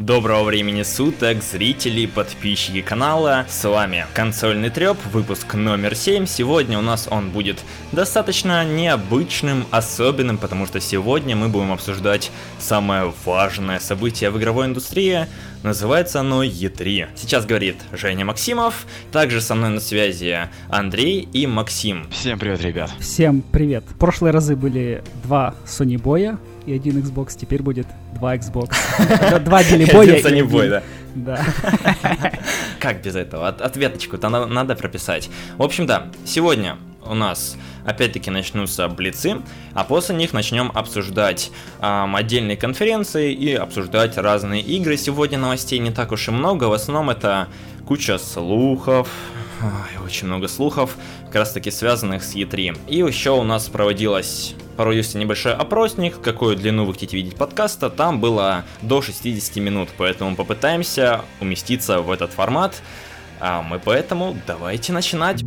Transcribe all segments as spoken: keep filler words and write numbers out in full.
Доброго времени суток, зрители и подписчики канала, с вами Консольный Трёп, выпуск номер семь. Сегодня у нас он будет достаточно необычным, особенным, потому что сегодня мы будем обсуждать самое важное событие в игровой индустрии. Называется оно и три. Сейчас говорит Женя Максимов, также со мной на связи Андрей и Максим. Всем привет, ребят. Всем привет. В прошлые разы были два Sony боя и один Xbox, теперь будет два Xbox. Два Билибоя и один Sony бой, да. Да. Как без этого? Ответочку-то надо прописать. В общем, да, сегодня у нас опять-таки начнутся блицы, а после них начнем обсуждать эм, отдельные конференции и обсуждать разные игры. Сегодня новостей не так уж и много, в основном это куча слухов, ой, очень много слухов, как раз таки связанных с и три. И еще у нас проводилась... Проводился небольшой опросник, какую длину вы хотите видеть подкаста, там было до шестьдесят минут, поэтому попытаемся уместиться в этот формат, а мы поэтому давайте начинать.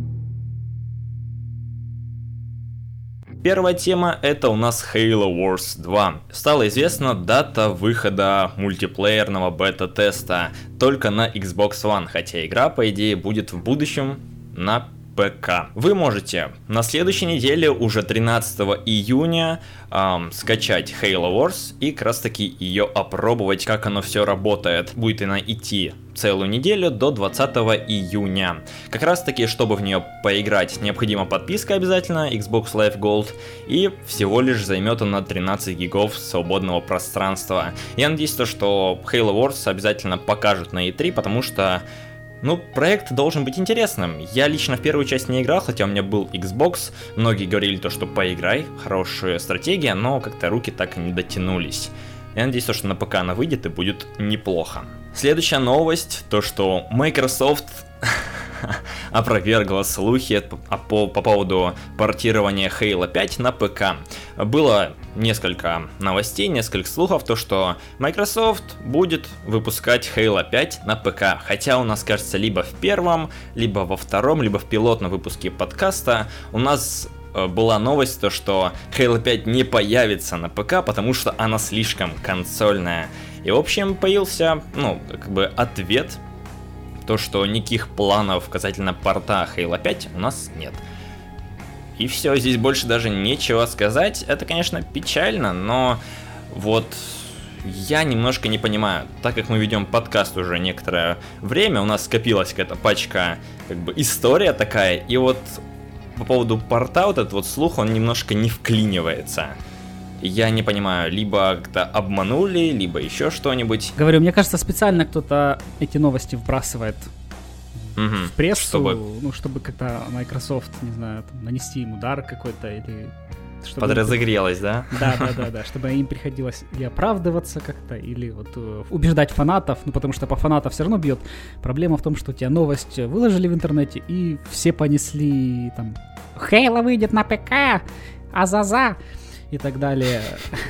Первая тема — это у нас Halo Wars два. Стала известна дата выхода мультиплеерного бета-теста только на Xbox One, хотя игра, по идее, будет в будущем на ПК. Вы можете на следующей неделе, уже тринадцатого июня, эм, скачать Halo Wars и как раз таки ее опробовать, как оно все работает. Будет она идти целую неделю до двадцатого июня. Как раз таки, чтобы в нее поиграть, необходима подписка обязательно, Xbox Live Gold, и всего лишь займет она тринадцать гигов свободного пространства. Я надеюсь, то, что Halo Wars обязательно покажут на и три, потому что ну, проект должен быть интересным. Я лично в первую часть не играл, хотя у меня был Xbox. Многие говорили то, что поиграй, хорошая стратегия, но как-то руки так и не дотянулись. Я надеюсь, что на ПК она выйдет и будет неплохо. Следующая новость, то что Microsoft опровергла слухи по, по поводу портирования Halo пять на ПК. Было несколько новостей, несколько слухов, то что Microsoft будет выпускать Halo пять на ПК. Хотя у нас, кажется, либо в первом, либо во втором, либо в пилотном выпуске подкаста у нас была новость, то что Halo пять не появится на ПК, потому что она слишком консольная. И в общем появился, ну, как бы ответ, то что никаких планов касательно порта Halo пять у нас нет. И все, здесь больше даже нечего сказать. Это, конечно, печально, но вот я немножко не понимаю. Так как мы ведем подкаст уже некоторое время, у нас скопилась какая-то пачка, как бы, история такая, и вот по поводу порта вот этот вот слух, он немножко не вклинивается. Я не понимаю, либо как-то обманули, либо еще что-нибудь. Говорю, мне кажется, специально кто-то эти новости вбрасывает угу, в прессу, чтобы... ну, чтобы как-то Microsoft, не знаю, там, нанести им удар какой-то, или... Чтобы подразогрелась, им... да? Да, да, да, да, чтобы им приходилось и оправдываться как-то, или вот uh, убеждать фанатов, ну, потому что по фанатам все равно бьет. Проблема в том, что у тебя новость выложили в интернете, и все понесли, там, Halo выйдет на ПК, а-за-за, и так далее.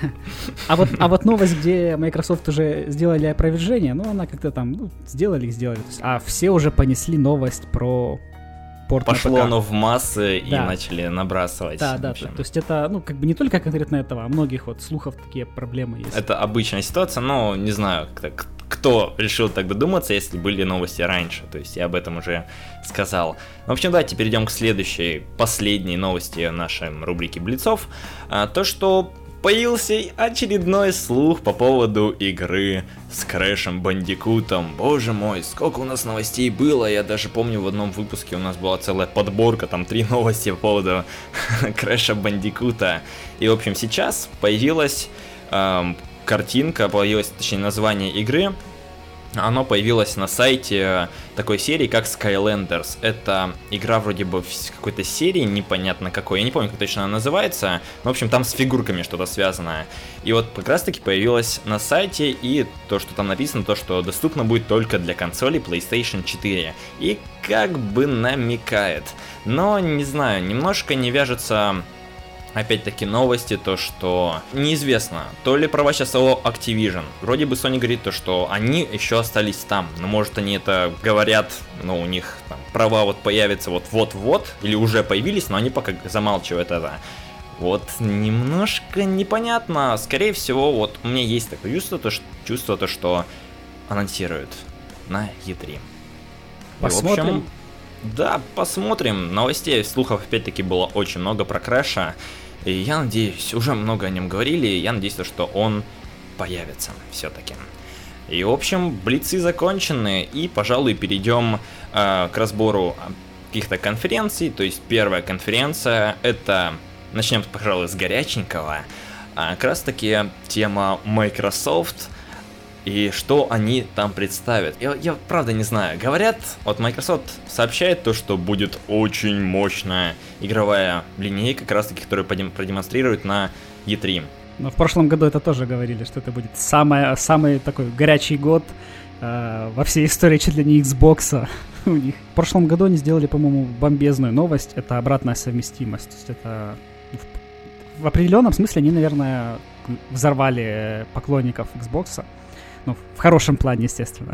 А вот, а вот новость, где Microsoft уже сделали опровержение, ну, она как-то там, ну, сделали и сделали. А все уже понесли новость про порт на ПК. Пошло оно в массы да. и начали набрасывать. Да, да, да. То есть это, ну, как бы не только конкретно этого, а многих вот слухов такие проблемы есть. Это обычная ситуация, но не знаю, как кто решил так додуматься, если были новости раньше, то есть я об этом уже сказал. В общем, давайте перейдем к следующей, последней новости нашей рубрики Блицов. А, то, что появился очередной слух по поводу игры с Крэшем Бандикутом. Боже мой, сколько у нас новостей было, я даже помню, в одном выпуске у нас была целая подборка, там три новости по поводу Крэша Бандикута. И, в общем, сейчас появилась... Эм, картинка, появилась, точнее, название игры, оно появилось на сайте такой серии, как Skylanders. Это игра вроде бы в какой-то серии, непонятно какой, я не помню, как точно она называется, но, в общем, там с фигурками что-то связанное. И вот как раз-таки появилась на сайте, и то, что там написано, то, что доступно будет только для консолей PlayStation четыре. И как бы намекает. Но, не знаю, немножко не вяжется... Опять-таки новости, то что неизвестно, то ли права сейчас о Activision. Вроде бы Sony говорит то, что они еще остались там, но может они это говорят, но у них там, права вот появятся вот-вот-вот, или уже появились, но они пока замалчивают это. Вот немножко непонятно, скорее всего, вот у меня есть такое чувство, то, что, чувство, то, что анонсируют на и три. Посмотрим. И, в общем, да, посмотрим. Новостей, слухов опять-таки было очень много про Крэша. И я надеюсь, уже много о нем говорили, я надеюсь, что он появится все-таки. И, в общем, блицы закончены, и, пожалуй, перейдем э, к разбору каких-то конференций. То есть первая конференция, это, начнем, пожалуй, с горяченького, а как раз таки тема Microsoft и что они там представят. Я, я правда не знаю, говорят, вот Microsoft сообщает то, что будет очень мощная игровая линейка, как раз таки, которую продемонстрируют на и три. Но в прошлом году это тоже говорили, что это будет самый, самый такой горячий год э, во всей истории чуть ли не Xbox у них. В прошлом году они сделали, по-моему, бомбезную новость, это обратная совместимость. То есть это в, в определенном смысле они, наверное, взорвали поклонников Xbox. Ну, в хорошем плане, естественно.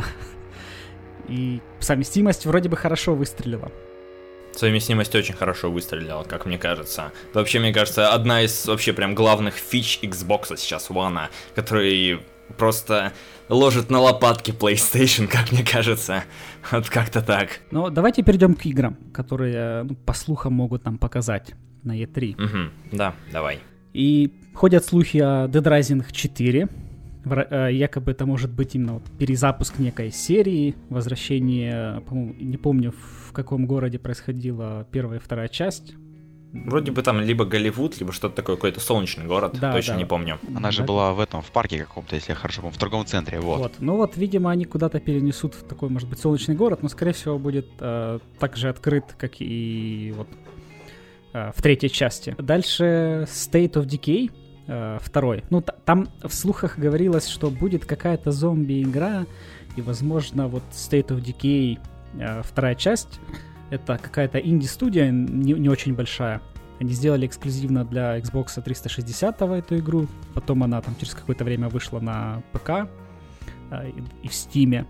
И совместимость вроде бы хорошо выстрелила. Совместимость очень хорошо выстрелила, как мне кажется. Это вообще, мне кажется, одна из вообще прям главных фич Xbox сейчас One, который просто ложит на лопатки PlayStation, как мне кажется. Вот как-то так. Ну, давайте перейдем к играм, которые, ну, по слухам, могут нам показать на и три. Угу, да, давай. И ходят слухи о Dead Rising четыре. Якобы это может быть именно вот перезапуск некой серии, возвращение, по-моему, не помню, в каком городе происходила первая и вторая часть. Вроде бы там либо Голливуд, либо что-то такое, какой-то солнечный город, да, точно да. не помню. Она же да. была в этом, в парке каком-то, если я хорошо помню, в торговом центре, вот. вот. Ну вот, видимо, они куда-то перенесут в такой, может быть, солнечный город, но, скорее всего, будет э, так же открыт, как и вот э, в третьей части. Дальше State of Decay. Второй. Ну, т- там в слухах говорилось, что будет какая-то зомби-игра, и, возможно, вот State of Decay, э, вторая часть, это какая-то инди-студия, не, не очень большая. Они сделали эксклюзивно для Xbox триста шестьдесят эту игру, потом она там через какое-то время вышла на ПК э, и, и в Steam.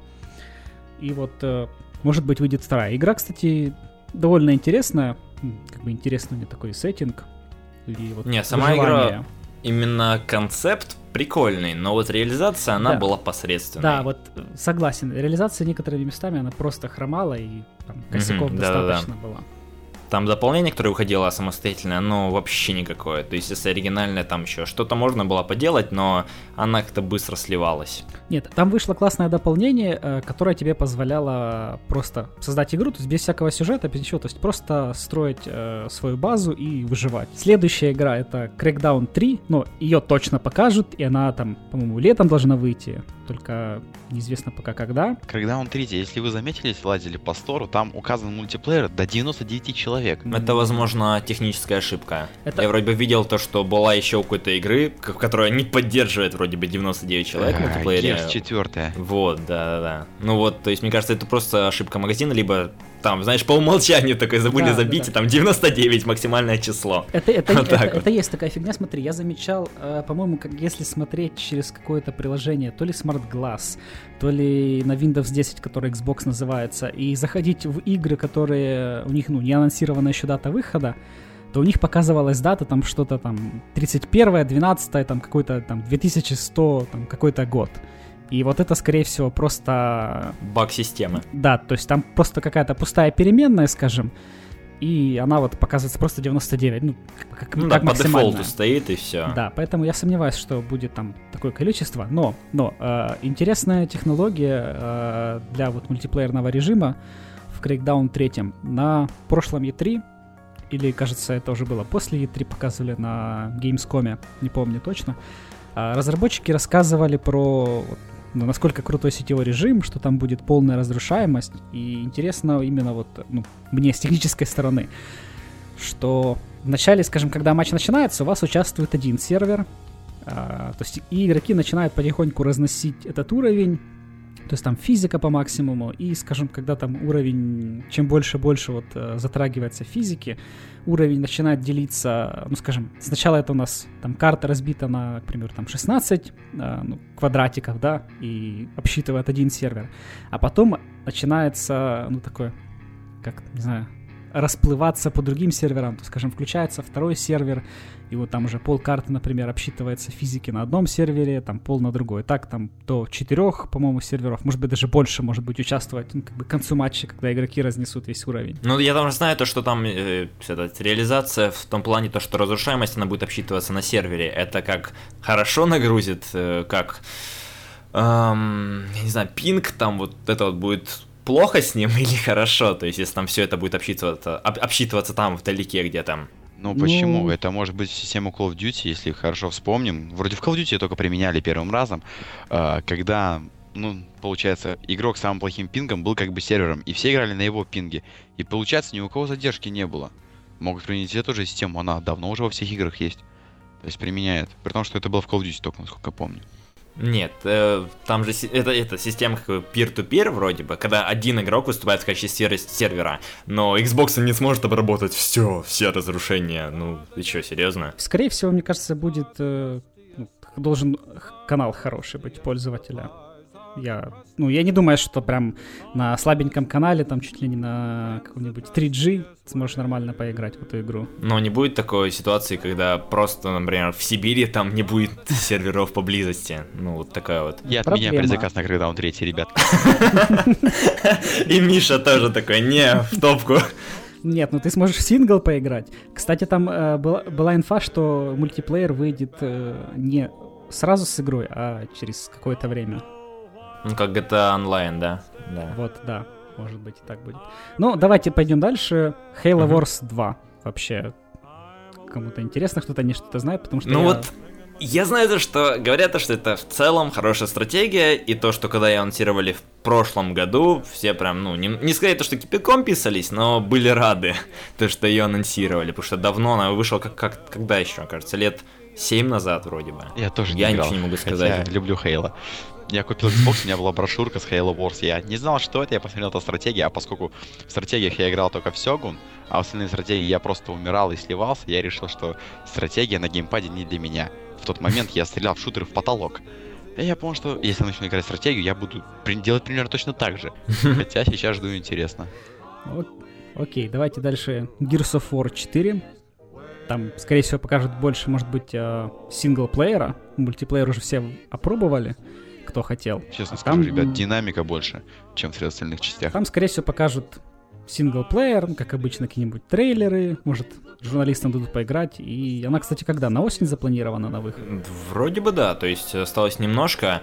И вот, э, может быть, выйдет вторая. Игра, кстати, довольно интересная, как бы интересный у нее такой сеттинг. И вот не, сама выживание. Игра... Именно концепт прикольный, но вот реализация, она да. была посредственной. Да, вот согласен. Реализация некоторыми местами, она просто хромала, и там косяков mm-hmm, достаточно да-да-да. было. Там дополнение, которое выходило самостоятельно, оно вообще никакое. То есть, если оригинальное, там еще что-то можно было поделать, но она как-то быстро сливалась. Нет, там вышло классное дополнение, которое тебе позволяло просто создать игру, то есть без всякого сюжета, без ничего, то есть просто строить э, свою базу и выживать. Следующая игра — это Crackdown три, но ее точно покажут, и она там, по-моему, летом должна выйти, только неизвестно пока когда. Crackdown три, если вы заметили, если лазили по стору, там указан мультиплеер до девяноста девяти человек. Это, возможно, техническая ошибка. Это... Я вроде бы видел то, что была еще какой-то игры, которая не поддерживает вроде бы девяносто девять человек в мультиплеере. Герс четыре. Вот, да-да-да. Ну вот, то есть, мне кажется, это просто ошибка магазина, либо там, знаешь, по умолчанию такой забыли да, забить, да, да. и там девяносто девять максимальное число. Это, это, вот это, вот. это есть такая фигня, смотри, я замечал, э, по-моему, как если смотреть через какое-то приложение, то ли Smart Glass, то ли на Windows десять, который Xbox называется, и заходить в игры, которые у них, ну, не анонсирована еще дата выхода, то у них показывалась дата, там что-то там тридцать первое, двенадцатое, там какой-то там две тысячи сто, там какой-то год. И вот это, скорее всего, просто... Баг системы. Да, то есть там просто какая-то пустая переменная, скажем, и она вот показывается просто девяносто девять, ну, как, ну как да, по дефолту стоит, и все. Да, поэтому я сомневаюсь, что будет там такое количество, но, но э, интересная технология э, для вот мультиплеерного режима в Crackdown три. На прошлом и три, или, кажется, это уже было после и три, показывали на Gamescom, не помню точно, э, разработчики рассказывали про... Ну, насколько крутой сетевой режим, что там будет полная разрушаемость. И интересно именно вот, ну, мне с технической стороны, что вначале, скажем, когда матч начинается, у вас участвует один сервер, а, то есть и игроки начинают потихоньку разносить этот уровень, то есть там физика по максимуму, и, скажем, когда там уровень, чем больше и больше вот затрагивается физики, уровень начинает делиться, ну, скажем, сначала это у нас там карта разбита на, к примеру, там шестнадцать э, ну, квадратиков, да, и обсчитывает один сервер, а потом начинается, ну, такое, как, не знаю, расплываться по другим серверам. То, скажем, включается второй сервер, и вот там уже пол карты, например, обсчитывается физики на одном сервере, там пол на другой. Так там до четырех, по-моему, серверов, может быть, даже больше, может быть, участвовать, ну, как бы к концу матча, когда игроки разнесут весь уровень. Ну, я там знаю то, что там э, реализация в том плане, то, что разрушаемость, она будет обсчитываться на сервере. Это как хорошо нагрузит, э, как, эм, я не знаю, пинг, там вот это вот будет плохо с ним или хорошо? То есть, если там все это будет обсчитываться, об, обсчитываться там вдалеке где-то. Ну почему? Ну- Это может быть система Call of Duty, если хорошо вспомним. Вроде в Call of Duty только применяли первым разом, э, когда, ну, получается, игрок с самым плохим пингом был как бы сервером, и все играли на его пинге. И получается, ни у кого задержки не было. Могут применить эту же систему, она давно уже во всех играх есть. То есть применяют. При том, что это было в Call of Duty только, насколько я помню. Нет, э, там же си- это, это система как бы peer-to-peer вроде бы, когда один игрок выступает в качестве сер- сервера, но Xbox не сможет обработать все, все разрушения. Ну, ты что, серьезно? Скорее всего, мне кажется, будет э, ну, должен х- канал хороший быть пользователя. Я, ну, я не думаю, что прям на слабеньком канале, там чуть ли не на каком-нибудь три джи сможешь нормально поиграть в эту игру. Но не будет такой ситуации, когда просто, например, в Сибири там не будет серверов поблизости. Ну, вот такая вот. Я Проблема. отменяю предзаказ на Crackdown три, ребят. И Миша тоже такой, не, в топку. Нет, ну ты сможешь в сингл поиграть. Кстати, там э, была, была инфа, что мультиплеер выйдет э, не сразу с игрой, а через какое-то время. Ну, как джи ти эй онлайн, да? Да. Вот, да, может быть и так будет. Ну, давайте пойдем дальше. Halo Мгм. Wars два. Вообще, кому-то интересно, кто-то не что-то знает, потому что Ну я- вот, я знаю то, что говорят, то, что это в целом хорошая стратегия, и то, что когда ее анонсировали в прошлом году, все прям, ну, не, не сказать то, что кипятком писались, но были рады, то, что ее анонсировали, потому что давно она вышла, как, как когда еще, кажется, лет семь назад вроде бы. Я тоже не Я играл, ничего не могу хотя сказать. люблю Halo. Я купил Xbox, у меня была брошюрка с Halo Wars. Я не знал, что это, я посмотрел, это стратегия, а поскольку в стратегиях я играл только в Сёгун, а в остальные стратегии я просто умирал и сливался, я решил, что стратегия на геймпаде не для меня. В тот момент я стрелял в шутеры в потолок. И я понял, что если я начну играть в стратегию, я буду при- делать примерно точно так же. Хотя сейчас жду интересно. Ок- Окей, давайте дальше. Gears of War четыре. Там, скорее всего, покажут больше, может быть, э, синглплеера. Мультиплеер уже все опробовали, кто хотел. Честно А скажу, там, ребят, м, динамика больше, чем в остальных частях. Там, скорее всего, покажут синглплеер, ну, как обычно, какие-нибудь трейлеры. Может, журналистам дадут поиграть. И она, кстати, когда? На осень запланирована на выход? Вроде бы да, то есть осталось немножко.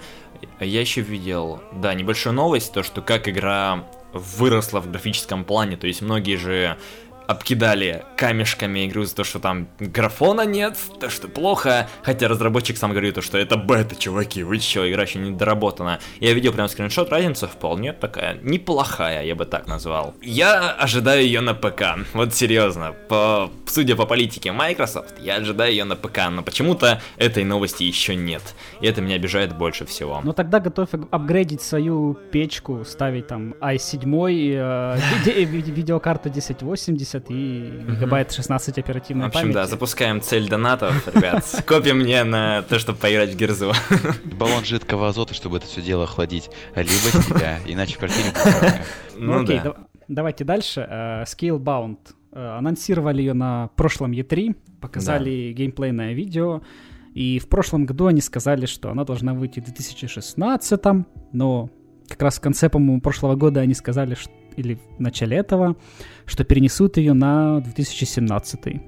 Я еще видел, да, небольшую новость, то, что как игра выросла в графическом плане, то есть многие же обкидали камешками игру за то, что там графона нет, то, что плохо, хотя разработчик сам говорит, то, что это бета, чуваки, вы чё, игра еще не доработана. Я видел прям скриншот, разница вполне такая неплохая, я бы так назвал. Я ожидаю ее на ПК, вот серьезно, по, судя по политике Microsoft, я ожидаю ее на ПК, но почему-то этой новости еще нет, и это меня обижает больше всего. Ну, тогда готов ап- апгрейдить свою печку, ставить там ай семь, э, ви- ви- видеокарту десять восемьдесят и гигабайт шестнадцать оперативной В общем, памяти. да, запускаем цель донатов, ребят. Копим мне на то, чтобы поиграть в Гирзу. Баллон жидкого азота, чтобы это все дело охладить. Либо себя, иначе картинка красная. Ну, Ну окей, да. да- давайте дальше. Э, Scalebound. Э, Анонсировали ее на прошлом и три, показали геймплейное видео. И в прошлом году они сказали, что она должна выйти в две тысячи шестнадцатом, но как раз в конце, по-моему, прошлого года они сказали, что, или в начале этого, что перенесут ее на две тысячи семнадцатый.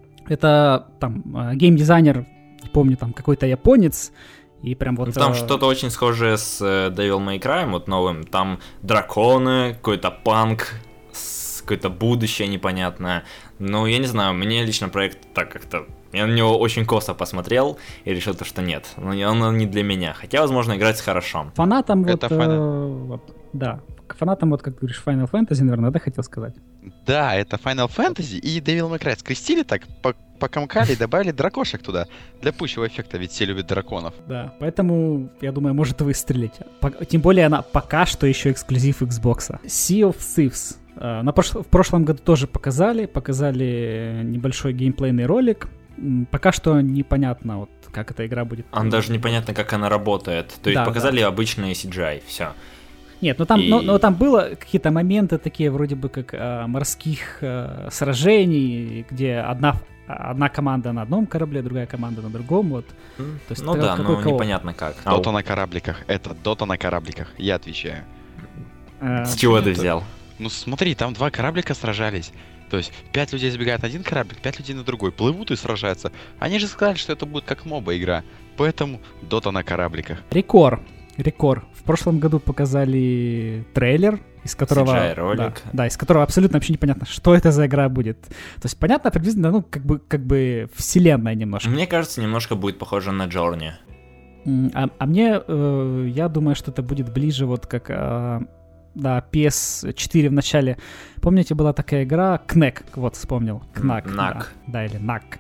Это там э, геймдизайнер, не помню, там какой-то японец, и прям вот... Ну, Там э, что-то очень схожее с э, Devil May Cry, вот новым. Там драконы, какой-то панк, с- какое-то будущее непонятное. Ну, я не знаю, мне лично проект так как-то... Я на него очень косо посмотрел и решил, то, что нет, ну, он не для меня. Хотя, возможно, играть хорошо. Фанатам вот, Это э, Final- вот, да, к фанатам, вот как ты говоришь, Final Fantasy, наверное, да, хотел сказать? Да, это Final Fantasy и Devil May Cry. Скрестили так, по- покомкали и добавили дракошек туда. Для пущего эффекта, ведь все любят драконов. Да, поэтому, я думаю, может выстрелить. По- Тем более она пока что еще эксклюзив Xbox. Sea of Thieves. Э, На прош- в прошлом году тоже показали, показали небольшой геймплейный ролик. М, Пока что непонятно, вот, как эта игра будет. А даже непонятно, как она работает. То есть Да, показали обычный си джи ай, все. Нет, ну там, И- ну, ну, там было какие-то моменты такие, вроде бы как э, морских э, сражений, где одна, одна команда на одном корабле, другая команда на другом, вот. М, То есть ну это да, какой но кого? непонятно как. Дота на корабликах. Это Дота на корабликах. Я отвечаю. Э, С чего ты это- взял? Ну смотри, там два кораблика сражались. То есть пять людей забегают на один кораблик, пять людей на другой. Плывут и сражаются. Они же сказали, что это будет как моба игра. Поэтому Дота на корабликах. Рекор. Рекор. В прошлом году показали трейлер, из которого... си джи ай-ролик. Да, да, из которого абсолютно вообще непонятно, что это за игра будет. То есть понятно приблизительно, ну, как бы, как бы вселенная немножко. Мне кажется, немножко будет похоже на Journey. М, А, а мне, э, я думаю, что это будет ближе вот как... э, да, пи эс четыре в начале. Помните, была такая игра Кнек, вот вспомнил. Кнак. Нак. Да, да, или Нак.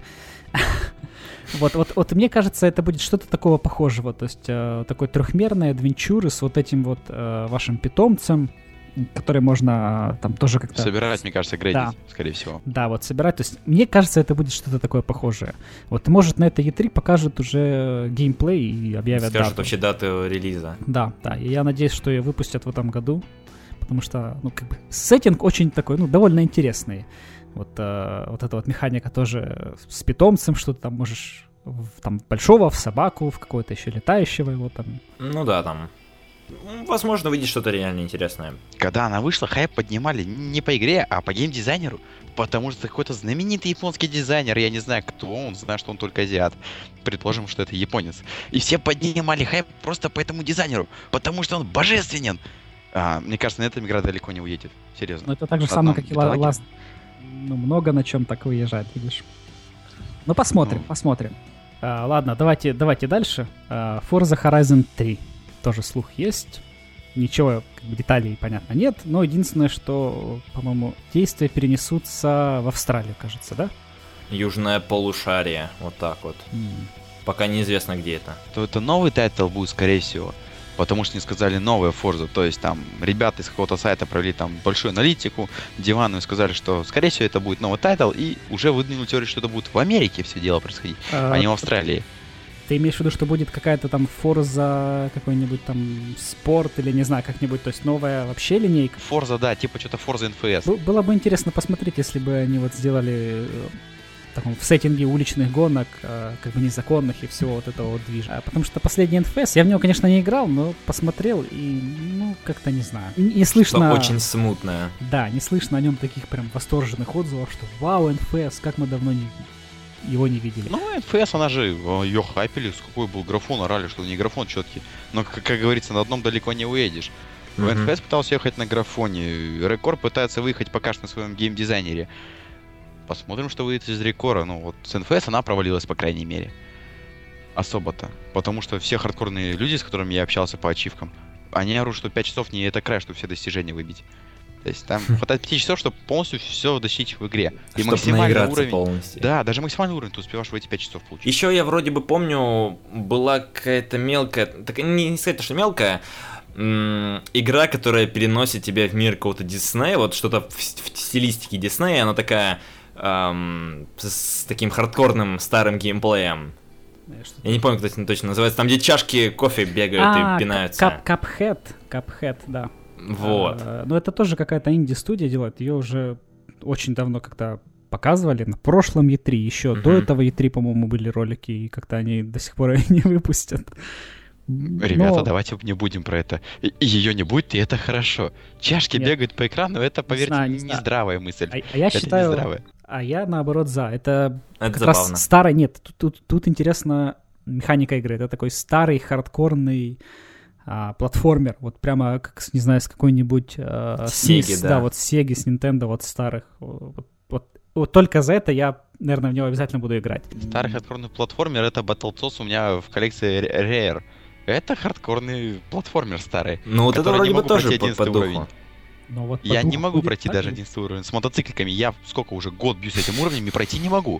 Вот, вот, вот мне кажется, это будет что-то такого похожего, то есть э, такой трехмерный адвенчур с вот этим вот э, вашим питомцем, который можно э, там тоже как-то... Собирать, мне кажется, грейдить, Да. скорее всего. Да, вот собирать. То есть мне кажется, это будет что-то такое похожее. Вот, может, на этой и три покажут уже геймплей и объявят Скажут дату. вообще дату релиза. Да, да. И я надеюсь, что ее выпустят в этом году, потому что, ну, как бы, сеттинг очень такой, ну, довольно интересный. Вот, э, вот эта вот механика тоже с питомцем, что ты там можешь в, там большого в собаку, в какого-то еще летающего его там. Ну да, там. м, Возможно, выйдет что-то реально интересное. Когда она вышла, хайп поднимали не по игре, а по геймдизайнеру. Потому что какой-то знаменитый японский дизайнер, я не знаю, кто он, знаю, что он только азиат. Предположим, что это японец. И все поднимали хайп просто по этому дизайнеру, потому что он божественен. А, мне кажется, на этом игра далеко не уедет. Серьезно. Но это так же Одна самое, как и биталаги. Last. Ну, много на чем так выезжает, видишь. Ну, посмотрим, Ну. посмотрим. А, ладно, давайте, давайте дальше. А, Forza Horizon три. Тоже слух есть. Ничего, как бы, деталей, понятно, нет. Но единственное, что, по-моему, действия перенесутся в Австралию, кажется, да? Южное полушарие, вот так вот. М. Пока неизвестно, где это. То это новый тайтл будет, скорее всего. Потому что не сказали новая Forza. То есть там ребята из какого-то сайта провели там большую аналитику, диванную, сказали, что скорее всего это будет новый тайтл, и уже выдвинули теорию, что это будет в Америке все дело происходить, А, а не в Австралии. Ты имеешь в виду, что будет какая-то там Forza, какой-нибудь там спорт или не знаю, как-нибудь, то есть новая вообще линейка? Forza, да, типа что-то Forza эн эф эс. Б- Было бы интересно посмотреть, если бы они вот сделали э, в таком в сеттинге уличных гонок, э, как бы незаконных и всего вот этого вот движа. А потому что последний эн эф эс, я в него, конечно, не играл, но посмотрел и, ну, как-то не знаю. Не, не Что слышно... очень смутное. Да, не слышно о нем таких прям восторженных отзывов, что вау, эн эф эс, как мы давно не, его не видели. Ну, эн эф эс, она же, ее хайпели, с какой был графон, орали, что не графон четкий. Но, как, как говорится, на одном далеко не уедешь. Мгм. эн эф эс пытался ехать на графоне, Рекор пытается выехать пока что на своем геймдизайнере. Посмотрим, что выйдет из Рекора. Ну, вот с эн эф эс она провалилась, по крайней мере. Особо-то. Потому что все хардкорные люди, с которыми я общался по ачивкам, они орут, что пять часов не это край, чтобы все достижения выбить. То есть там хватает пяти часов, чтобы полностью все достичь в игре. И Чтоб максимальный наиграться уровень... полностью. Да, даже максимальный уровень ты успеваешь в эти пять часов получить. Еще я вроде бы помню, была какая-то мелкая, так не, не сказать, что мелкая, м, игра, которая переносит тебя в мир какого-то Диснея, вот что-то в, с- в стилистике Диснея, она такая ам, с, с таким хардкорным старым геймплеем. Я не помню, как это точно называется, там где чашки кофе бегают А, и пинаются. Кап- Cuphead, Cuphead, да. Вот. А, но это тоже какая-то инди-студия делает. Ее уже очень давно как-то показывали. На прошлом и три. Еще Мгм. до этого и три, по-моему, были ролики. И как-то они до сих пор не выпустят. Ребята, Но- давайте не будем про это. И ее не будет, и это хорошо. Чашки Нет. бегают по экрану, это, поверьте, знаю, не не знаю. здравая мысль. А, а я это считаю... не здравая. А я, наоборот, за. Это Это как забавно. раз старый... Нет, тут, тут, тут интересно механика игры. Это такой старый, хардкорный а, платформер. Вот прямо, как, с- не знаю, с какой-нибудь... а, с Сеги, Nis- да. Да, вот с Сеги, с Nintendo, вот старых. Вот, вот, вот только за это я, наверное, в него обязательно буду играть. Старый хардкорный платформер — это Battletoads у меня в коллекции Р- Rare. Это хардкорный платформер старый. Ну вот это который вроде не бы могу тоже пройти по, по одиннадцатый духу. уровень. Но вот по Я не духу могу будет пройти так даже же. одиннадцатый уровень. С мотоцикликами я сколько уже год бьюсь этим уровнем и пройти не могу.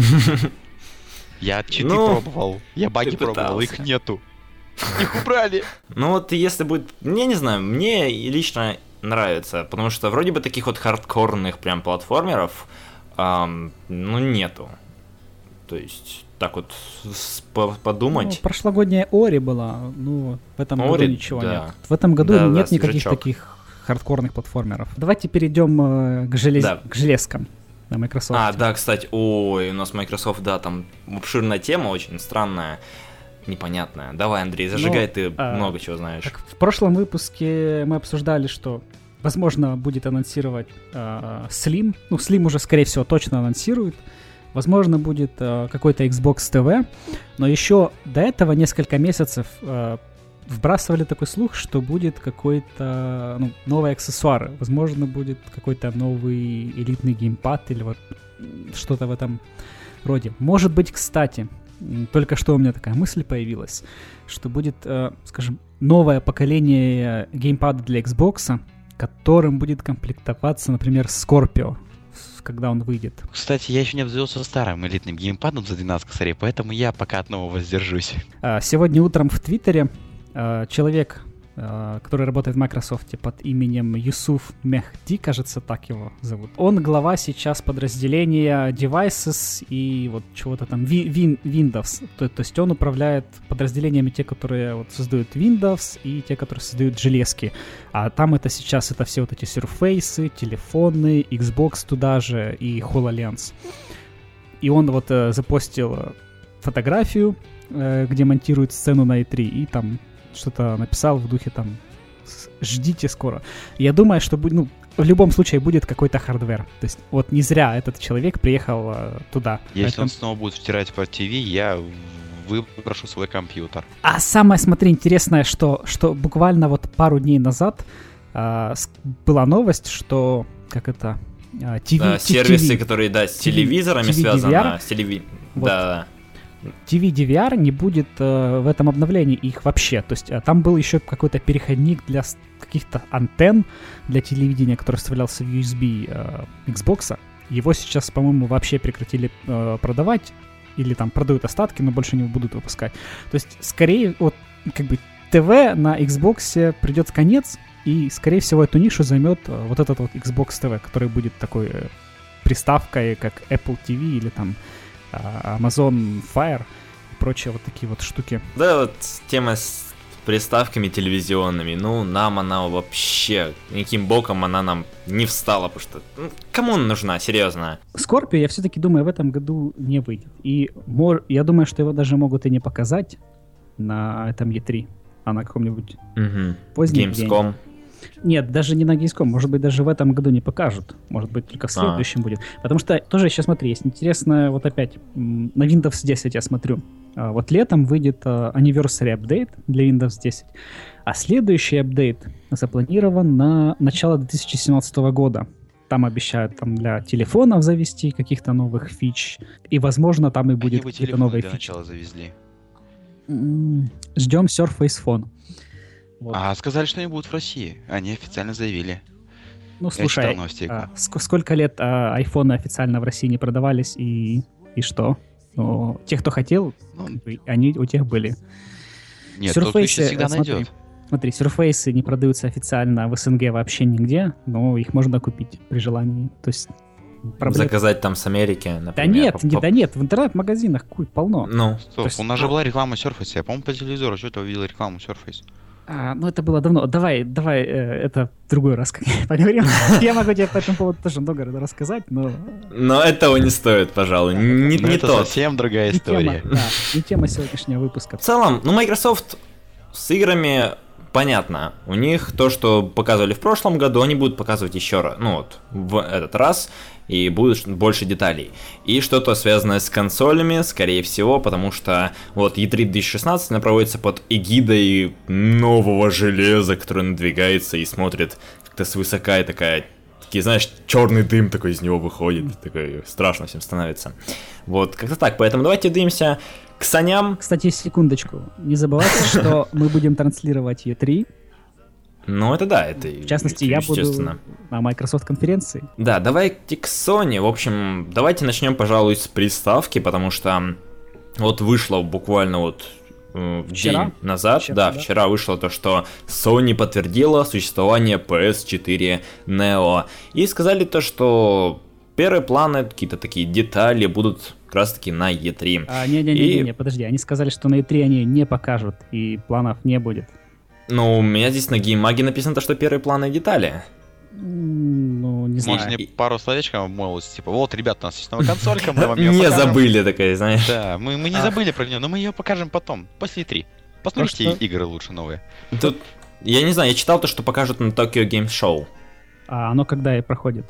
Я читы Ну, пробовал, я баги ты пробовал, их пытался. нету. Их убрали. Ну вот если будет, я не знаю, мне лично нравится, потому что вроде бы таких вот хардкорных прям платформеров, ам, ну нету. То есть так вот с- по- подумать. Ну, прошлогодняя Ори была, ну, в этом Ори, году ничего да. нет. В этом году Да, нет да, никаких свежачок. таких хардкорных платформеров. Давайте перейдем э, к, желез... Да. к железкам на Microsoft. А, да, кстати, ой, у нас Microsoft, да, там обширная тема, очень странная, непонятная. Давай, Андрей, зажигай, Ну, ты а, много чего знаешь. Так, в прошлом выпуске мы обсуждали, что, возможно, будет анонсировать э, Slim. Ну, Slim уже, скорее всего, точно анонсирует. Возможно, будет э, какой-то Xbox ти ви. Но еще до этого несколько месяцев э, вбрасывали такой слух, что будет какой-то, ну, новый аксессуар. Возможно, будет какой-то новый элитный геймпад или вот что-то в этом роде. Может быть, кстати, м, только что у меня такая мысль появилась, что будет, э, скажем, новое поколение геймпада для Xbox, которым будет комплектоваться, например, Scorpio, с- когда он выйдет. Кстати, я еще не обзавелся старым элитным геймпадом за двенадцать косарей, поэтому я пока от нового воздержусь. А, Сегодня утром в Твиттере а, человек, а, который работает в Microsoft под именем Юсуф Мехди, кажется, так его зовут. Он глава сейчас подразделения Devices и вот чего-то там Ви- Вин- Windows. То, то есть он управляет подразделениями, те, которые вот создают Windows, и те, которые создают железки. А там это сейчас это все вот эти Surface, телефоны, Xbox туда же и HoloLens. И он вот э, запостил э, фотографию, э, где монтирует сцену на и три, и там что-то написал в духе там «С- ждите скоро». Я думаю, что будет, ну, в любом случае будет какой-то хардвер. То есть вот не зря этот человек приехал э, туда. Если Поэтому- он снова будет втирать по ТВ, я выброшу свой компьютер. А самое, смотри, интересное, что, что буквально вот пару дней назад а, с- была новость, что, как это, а, ти ви, Да, ти- сервисы, ти ви, которые, да, с ти ви, телевизорами ти ви связаны, ди ви ар. с телеви... Вот. Да, ти ви ди ви ар не будет э, в этом обновлении их вообще. То есть э, там был еще какой-то переходник для с- каких-то антенн для телевидения, который вставлялся в ю эс би э, Xbox. Его сейчас, по-моему, вообще прекратили э, продавать. Или там продают остатки, но больше не будут выпускать. То есть, скорее, вот, как бы, ТВ на Xbox придет конец, и, скорее всего, эту нишу займет э, вот этот вот Xbox ти ви, который будет такой э, приставкой, как Apple ти ви или там э, Amazon Fire и прочие вот такие вот штуки. да, вот тема с приставками телевизионными, ну, нам она вообще, никаким боком она нам не встала, потому что, ну, кому она нужна, серьезно? Scorpio, я все-таки думаю, в этом году не выйдет. И мор- я думаю, что его даже могут и не показать на этом и три, а на каком-нибудь Угу. позднем времени. Gamescom. Нет, даже не на Gamescom. Может быть, даже в этом году не покажут. Может быть, только в следующем будет. Потому что тоже еще смотри, есть интересно, вот опять м, на Windows десять я смотрю. А, вот летом выйдет а, anniversary update для Windows десять, а следующий апдейт запланирован на начало две тысячи семнадцатого года. Там обещают там для телефонов завести каких-то новых фич. И, возможно, там и будет Они бы какие-то телефон новые для фичи. начала завезли. М, Ждем Surface Phone. Вот. А сказали, что они будут в России. Они официально заявили. Ну, Я слушай, читал новости. а, ск- сколько лет а, айфоны официально в России не продавались, и, и что? Ну, те, кто хотел, Ну, как бы, они у тех были. нет, тот, кто Surface, ищет, всегда э, смотри, найдет. Смотри, Surface не продаются официально в СНГ вообще нигде, но их можно купить при желании. То есть проблем- Заказать там с Америки, например. Да нет, по- не, по- да нет, в интернет-магазинах куй, полно. Ну, Стоп, то есть- у нас же была реклама Surface. Я, по-моему, по телевизору что-то увидел рекламу Surface. А, ну, это было давно. Давай, давай, э, это в другой раз как-нибудь поговорим. Я могу тебе по этому поводу тоже много рассказать, но но этого не стоит, пожалуй, не, Ну, не это тот. совсем другая не тема, история. да, не тема сегодняшнего выпуска. В целом, ну, Microsoft с играми понятно. У них то, что показывали в прошлом году, они будут показывать еще раз, ну вот, в этот раз, и будут ш- больше деталей. И что-то связанное с консолями, скорее всего, потому что вот и три две тысячи шестнадцать она проводится под эгидой нового железа, которое надвигается и смотрит как-то свысока и такая... Такие, знаешь, черный дым такой из него выходит, такой страшно всем становится. Вот, как-то так. Поэтому давайте двинемся к саням. Кстати, секундочку. Не забывайте, что мы будем транслировать и три. Ну, это да, это В частности, я буду естественно. на Microsoft конференции. Да, давайте к Sony. В общем, давайте начнем, пожалуй, с приставки, потому что вот вышло буквально вот э, Вчера? день назад, Вчера, да, да. вчера вышло то, что Sony подтвердила существование пи эс четыре Neo. И сказали то, что первые планы, какие-то такие детали будут как раз-таки на и три. А, не-не-не, и... подожди, они сказали, что на и три они не покажут, и планов не будет. Ну, у меня здесь на геймаге написано, что первые планы и детали. Ну, не знаю. Может, не пару словечков обмолвились, типа, вот, ребята, у нас есть новая консолька, мы вам ее Не покажем. забыли такая, знаешь. Да, мы, мы не забыли про нее, но мы ее покажем потом, после и три. Посмотрите Просто... игры лучше новые. Тут, я не знаю, я читал то, что покажут на Tokyo Game Show. А оно когда и проходит?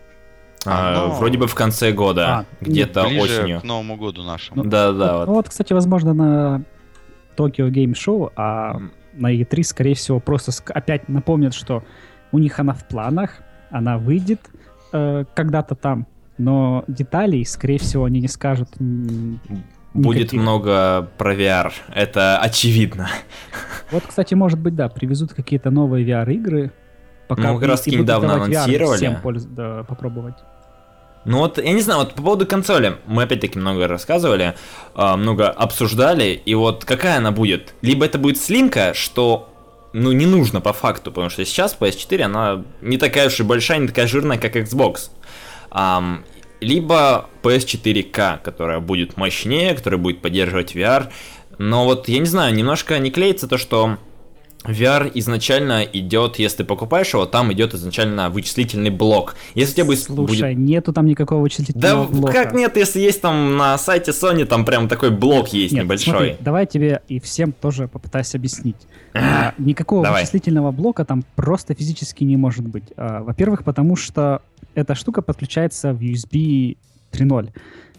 А, но... Вроде бы в конце года, а, где-то ближе осенью. к Новому году нашему. Ну, да, да. Вот, вот. вот, кстати, возможно, на Tokyo Game Show, а на и три, скорее всего, просто ск- опять напомнят, что у них она в планах, она выйдет э, когда-то там, но деталей, скорее всего, они не скажут. М- Будет никаких. много про ви ар, это очевидно. Вот, кстати, может быть, да, привезут какие-то новые ви ар-игры. Пока Ну, как раз таки будут недавно давать ви ар анонсировали. всем польз- да, попробовать. Ну вот, я не знаю, вот по поводу консоли, мы опять-таки много рассказывали, э, много обсуждали, и вот какая она будет? Либо это будет слимка, что, ну, не нужно по факту, потому что сейчас пи эс четыре, она не такая уж и большая, не такая жирная, как Xbox. Ам, либо пи эс четыре ка, которая будет мощнее, которая будет поддерживать ви ар, но вот, я не знаю, немножко не клеится то, что ви ар изначально идет, если ты покупаешь его, там идет изначально вычислительный блок. Если у тебя будет... Слушай, нету там никакого вычислительного Да блока. как нет, если есть там на сайте Sony, там прям такой блок есть Нет, небольшой. Смотри, давай я тебе и всем тоже попытаюсь объяснить. А, никакого Давай. вычислительного блока там просто физически не может быть. А, во-первых, потому что эта штука подключается в ю эс би три ноль.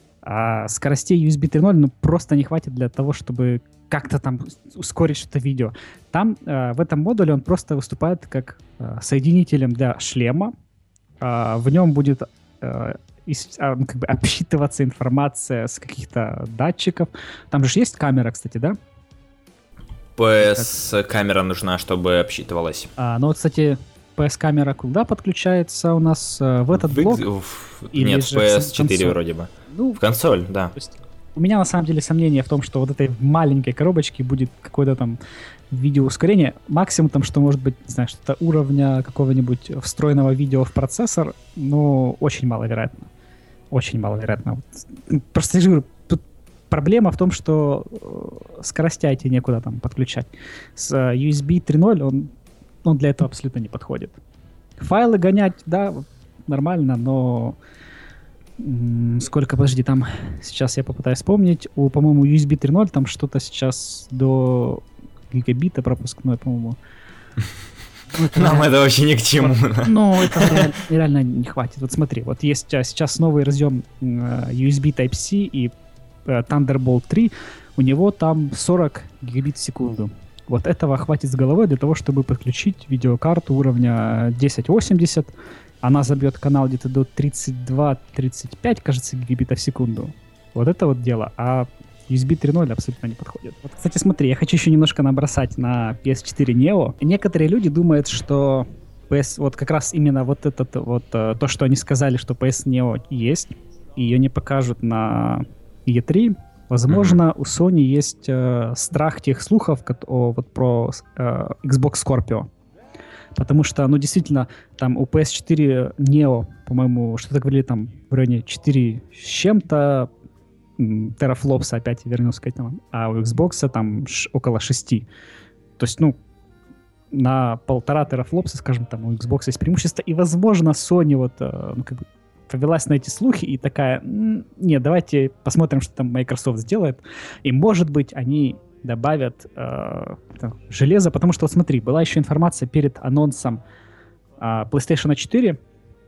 А скоростей ю эс би три ноль ну, просто не хватит для того, чтобы как-то там ускорить что-то видео. Там э, в этом модуле он просто выступает как э, соединителем для шлема. Э, в нем будет э, ис- э, ну, как бы обсчитываться информация с каких-то датчиков. Там же есть камера, кстати, да? пи эс-камера нужна, чтобы обсчитывалась. А, ну вот, кстати, пи эс-камера куда подключается у нас? Э, в этот В блок? X- в- Или Нет, в же пи эс в четыре консоль? вроде бы. Ну, В консоль, да. то есть у меня на самом деле сомнение в том, что вот этой маленькой коробочке будет какое-то там видеоускорение. Максимум там, что может быть, не знаю, что-то уровня какого-нибудь встроенного видео в процессор, но очень маловероятно. Очень маловероятно. Вот. Просто я же говорю, тут проблема в том, что э, скоростя эти некуда там подключать. С э, ю эс би три ноль он, он для этого абсолютно не подходит. Файлы гонять, да, нормально, но м, сколько, подожди, там сейчас я попытаюсь вспомнить. У, по-моему, ю эс би три ноль там что-то сейчас до гигабита пропускной, по-моему. Ну, это Нам реально- это вообще ни к чему. Ну, это реально, реально не хватит. Вот смотри, вот есть а, сейчас новый разъем э, ю эс би Type-C и э, Thunderbolt три, у него там сорок гигабит в секунду. Вот этого хватит с головой для того, чтобы подключить видеокарту уровня десять восемьдесят. Она забьет канал где-то до тридцать два тридцать пять, кажется, гигабитов в секунду. Вот это вот дело. А ю эс би три ноль абсолютно не подходит. Вот, кстати, смотри, я хочу еще немножко набросать на пи эс четыре Neo. Некоторые люди думают, что пи эс, вот как раз именно вот это вот, э, то, что они сказали, что пи эс Neo есть, и ее не покажут на и три. Возможно, mm-hmm. у Sony есть э, страх тех слухов кот- о, вот про э, Xbox Scorpio. Потому что, ну, действительно, там у пи эс четыре Neo, по-моему, что-то говорили там в районе четыре с чем-то, м, терафлопса, опять вернусь к этому, а у Xbox там ш- около шести. То есть, ну, на полтора терафлопса, скажем, там у Xbox есть преимущество, и, возможно, Sony вот, э, ну, как бы повелась на эти слухи и такая, м, нет, давайте посмотрим, что там Microsoft сделает, и, может быть, они добавят э, там, железо, потому что, вот смотри, была еще информация перед анонсом э, PlayStation четыре,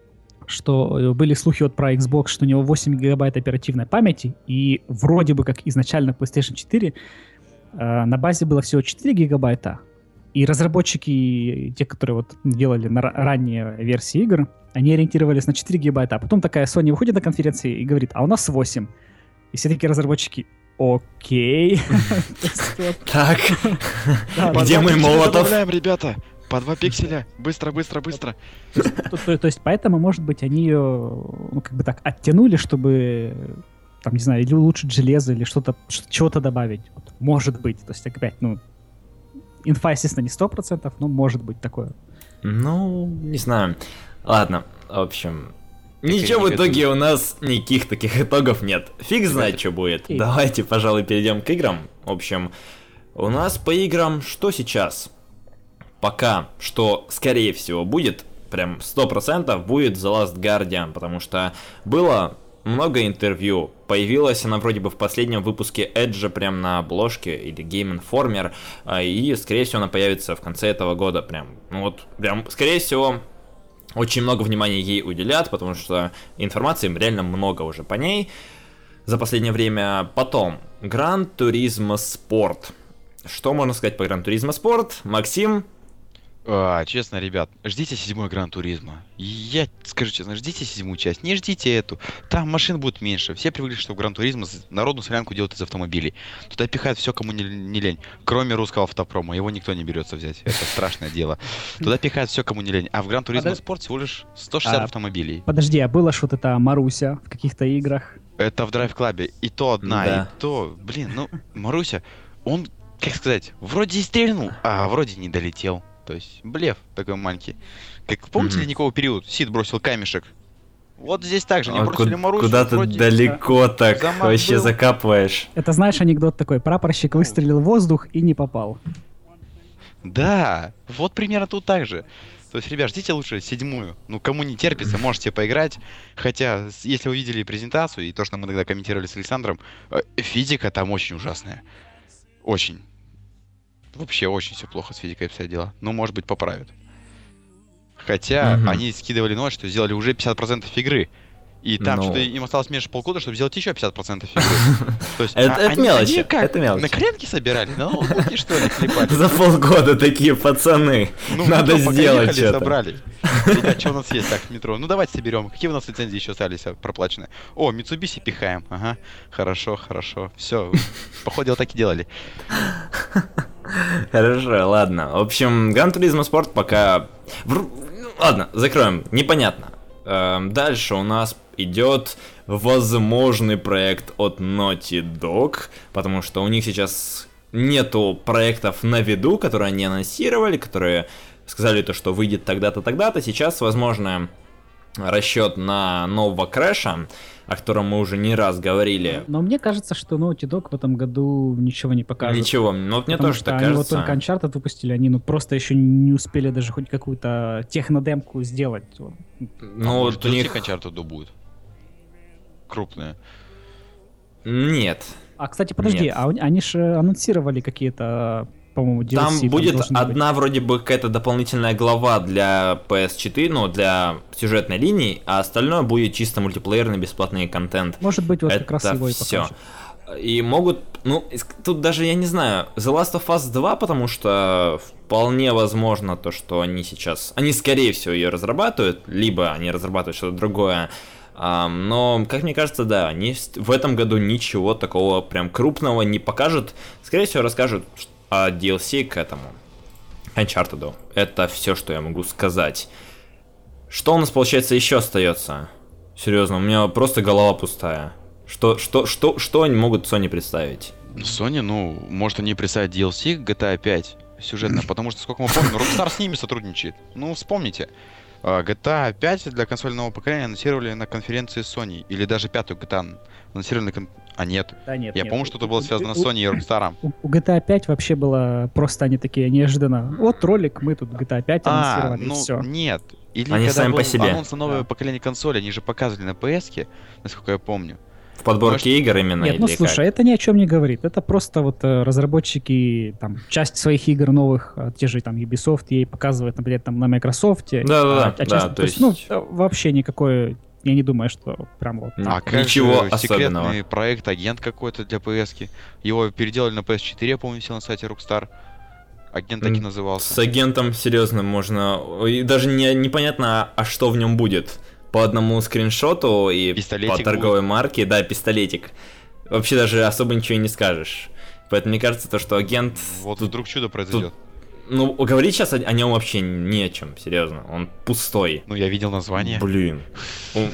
что были слухи вот про Xbox, что у него восемь гигабайт оперативной памяти, и вроде бы как изначально PlayStation четыре э, на базе было всего четыре гигабайта, и разработчики, те, которые вот делали на ра- ранние версии игр, они ориентировались на четыре гигабайта, а потом такая Sony выходит на конференции и говорит, а у нас восемь. И все такие разработчики, окей. Так, Да, По где два мой пикселя Молотов? добавляем, ребята. По два пикселя. Быстро, быстро, быстро. То, то- то есть поэтому, может быть, они ее, ну, как бы так оттянули, чтобы, там, не знаю, или улучшить железо, или что-то, ш- чего-то добавить. Вот, может быть. То есть опять, ну, инфа, естественно, не сто процентов, но может быть такое. Ну, не знаю. Ладно, в общем, Ничего в итоге у нас никаких таких итогов нет. Фиг знает, что будет. Давайте, пожалуй, перейдем к играм. В общем, у нас по играм что сейчас? Пока что, скорее всего, будет, прям сто процентов будет The Last Guardian, потому что было много интервью. Появилась она вроде бы в последнем выпуске Эджа прям на обложке, или Game Informer, и, скорее всего, она появится в конце этого года прям. Ну вот, прям, скорее всего, очень много внимания ей уделят, потому что информации реально много уже по ней за последнее время. Потом, Gran Turismo Sport. Что можно сказать по Gran Turismo Sport? Максим? А, честно, ребят, ждите седьмой Гран Туризма. Я скажу честно, ждите седьмую часть, не ждите эту. Там машин будет меньше. Все привыкли, что в Гран Туризма народную солянку делают из автомобилей. Туда пихают все, кому не, не лень. Кроме русского автопрома, его никто не берется взять. Это страшное дело. Туда пихают все, кому не лень. А в Гран Туризма Спорт всего лишь сто шестьдесят а, автомобилей. Подожди, а было что-то это Маруся в каких-то играх? Это в Драйв Клабе. И то одна, да. и то. Блин, ну, Маруся, он, как сказать, вроде и стрельнул, а вроде не долетел. То есть блеф такой маленький. Как помните mm-hmm. ледниковый период? Сид бросил камешек. Вот здесь также. Не а бросили ку- Марусю. Куда ты вроде... далеко так Замах вообще был. закапываешь. Это знаешь анекдот такой. Прапорщик выстрелил в воздух и не попал. Да, вот примерно тут так же. То есть, ребят, ждите лучше седьмую. Ну, кому не терпится, можете поиграть. Хотя, если вы видели презентацию и то, что мы тогда комментировали с Александром, физика там очень ужасная. Очень. Вообще очень все плохо с физикой обстоят дела. Ну, может быть, поправят. Хотя угу. они скидывали новость, что сделали уже пятьдесят процентов игры. И там Но... что-то им осталось меньше полгода, чтобы сделать еще пятьдесят процентов игры. То есть, это, а, это они, мелочи. Они как, это мелочи. на коленке собирали? На ноутбуке, что ли, клепали? За полгода такие пацаны. Ну, надо ну, сделать что-то. Собрали. Ребят, что у нас есть так в метро? Ну, давайте соберем. Какие у нас лицензии еще остались проплаченные? О, Mitsubishi пихаем. Ага, хорошо, хорошо. Все, походу, так и делали. Хорошо, ладно. В общем, Gran Turismo Sport пока... Ладно, закроем. Непонятно. Дальше у нас идет возможный проект от Naughty Dog, потому что у них сейчас нету проектов на виду, которые они анонсировали, которые сказали то, что выйдет тогда-то, тогда-то. Сейчас, возможно, расчет на нового Крэша, о котором мы уже не раз говорили. Но мне кажется, что Naughty Dog в этом году ничего не покажет. Ничего, но вот мне тоже так кажется. Они вот только Uncharted выпустили, они ну просто еще не успели даже хоть какую-то технодемку сделать. Ну, а вот у них Uncharted будет. Крупная. Нет. А, кстати, подожди, Нет. а они же анонсировали какие-то, по-моему, ди эл си. Там будет там одна быть. вроде бы какая-то дополнительная глава для пи эс четыре, ну, для сюжетной линии, а остальное будет чисто мультиплеерный бесплатный контент. Может быть, вот это как раз его и все. покажут. И могут, ну, тут даже, я не знаю, The Last of Us два, потому что вполне возможно то, что они сейчас, они скорее всего ее разрабатывают, либо они разрабатывают что-то другое. Um, но, как мне кажется, да, они в этом году ничего такого прям крупного не покажут. Скорее всего, расскажут о ди эл си к этому Uncharted. Это все, что я могу сказать. Что у нас, получается, еще остается? Серьезно, у меня просто голова пустая. Что, что, что, что они могут Sony представить? Sony, ну, может они представят ди эл си к джи ти эй пять сюжетно, потому что, сколько мы помним, Rockstar с ними сотрудничает. Ну, вспомните. джи ти эй пять для консольного поколения анонсировали на конференции Sony. Или даже пятую джи ти эй анонсировали на кон... А нет. Да нет, Я нет. помню, что это было связано с Sony и Rockstar. У, у джи ти эй пять вообще было просто они такие неожиданно. Вот ролик, мы тут джи ти эй пять А, анонсировали, ну, и все. нет. Или Они когда сами был по себе. анонс на новое Да. поколение консоли, они же показывали на пи эс-ке, насколько я помню. В подборке Может... игр именно? Нет, ну или слушай, как? это ни о чем не говорит. Это просто вот э, разработчики там часть своих игр новых, э, те же там Ubisoft, ей показывают, например, там на Microsoft. Да-да-да, а, а да, часть- то то есть, есть- ну, э, вообще никакой, я не думаю, что прям вот. А как Ничего же особенного. секретный проект Агент какой-то для пи эс-ки. Его переделали на пи эс четыре, я помню, все на сайте Rockstar. Агент так и М, назывался. С агентом, серьезно, можно... И даже не, непонятно, а что в нем будет. По одному скриншоту и Пистолетик по торговой марке, да, пистолетик. Вообще даже особо ничего и не скажешь. Поэтому мне кажется, то, что агент... Вот тут- вдруг чудо произойдет. Ну, говорить сейчас о, о нем вообще не о чем, серьезно. Он пустой. Ну, я видел название. Блин. Он-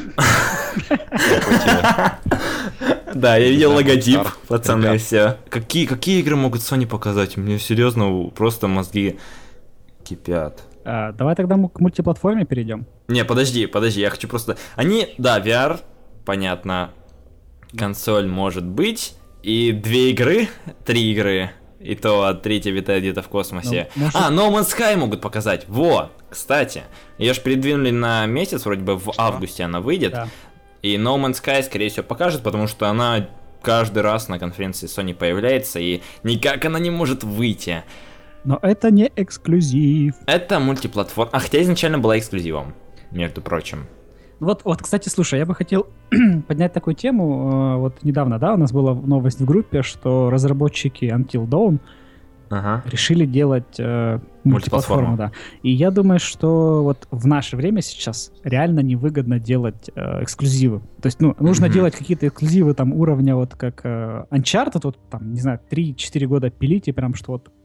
Хватило. Да, я видел Да, логотип, Rockstar. пацаны, Ребят. все. Какие, какие игры могут Sony показать? Мне серьезно просто мозги кипят. А, давай тогда мы к мультиплатформе перейдем. Не, подожди, подожди, я хочу просто... Они, да, ви ар, понятно, консоль может быть, и две игры, три игры, и то от третья витает где-то в космосе. Ну, может... А, No Man's Sky могут показать, во, кстати, ее ж передвинули на месяц, вроде бы в Что? августе она выйдет, Да. и No Man's Sky, скорее всего, покажет, потому что она каждый раз на конференции Sony появляется, и никак она не может выйти. Но это не эксклюзив. Это мультиплатформа, а хотя изначально была эксклюзивом, между прочим. Вот, вот, кстати, слушай, я бы хотел поднять такую тему. э, Вот недавно, да, у нас была новость в группе, что разработчики Until Dawn Ага. решили делать э, Мультиплатформу. мультиплатформу, да. И я думаю, что вот в наше время сейчас реально невыгодно делать э, эксклюзивы. То есть, ну, нужно Мгм. делать какие-то эксклюзивы там уровня вот как э, Uncharted, вот там, не знаю, три-четыре года пилить, и прям что вот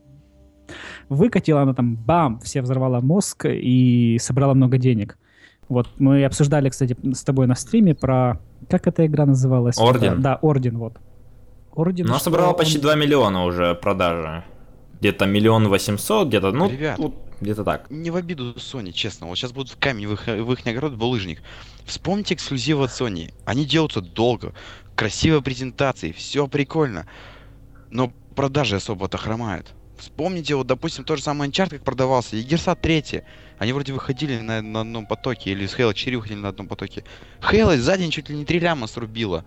выкатила она там, бам, все взорвала мозг и собрала много денег. Вот, мы обсуждали, кстати, с тобой на стриме про... Как эта игра называлась? Орден. Да, Орден, вот. Орден. Ну, что собрала он- почти два миллиона уже продажи. Где-то миллион восемьсот, где-то, ну, Ребят. тут где-то так. Не в обиду Sony, честно. Вот сейчас будут в камень в их, в их огород булыжник. Вспомните эксклюзивы от Sony. Они делаются долго, красивые презентации, все прикольно. Но продажи особо-то хромают. Вспомните, вот, допустим, тот же самый Uncharted, как продавался, и Gears три. Они вроде выходили на, на одном потоке, или с Halo четыре выходили на одном потоке. Halo за день чуть ли не три ляма срубила.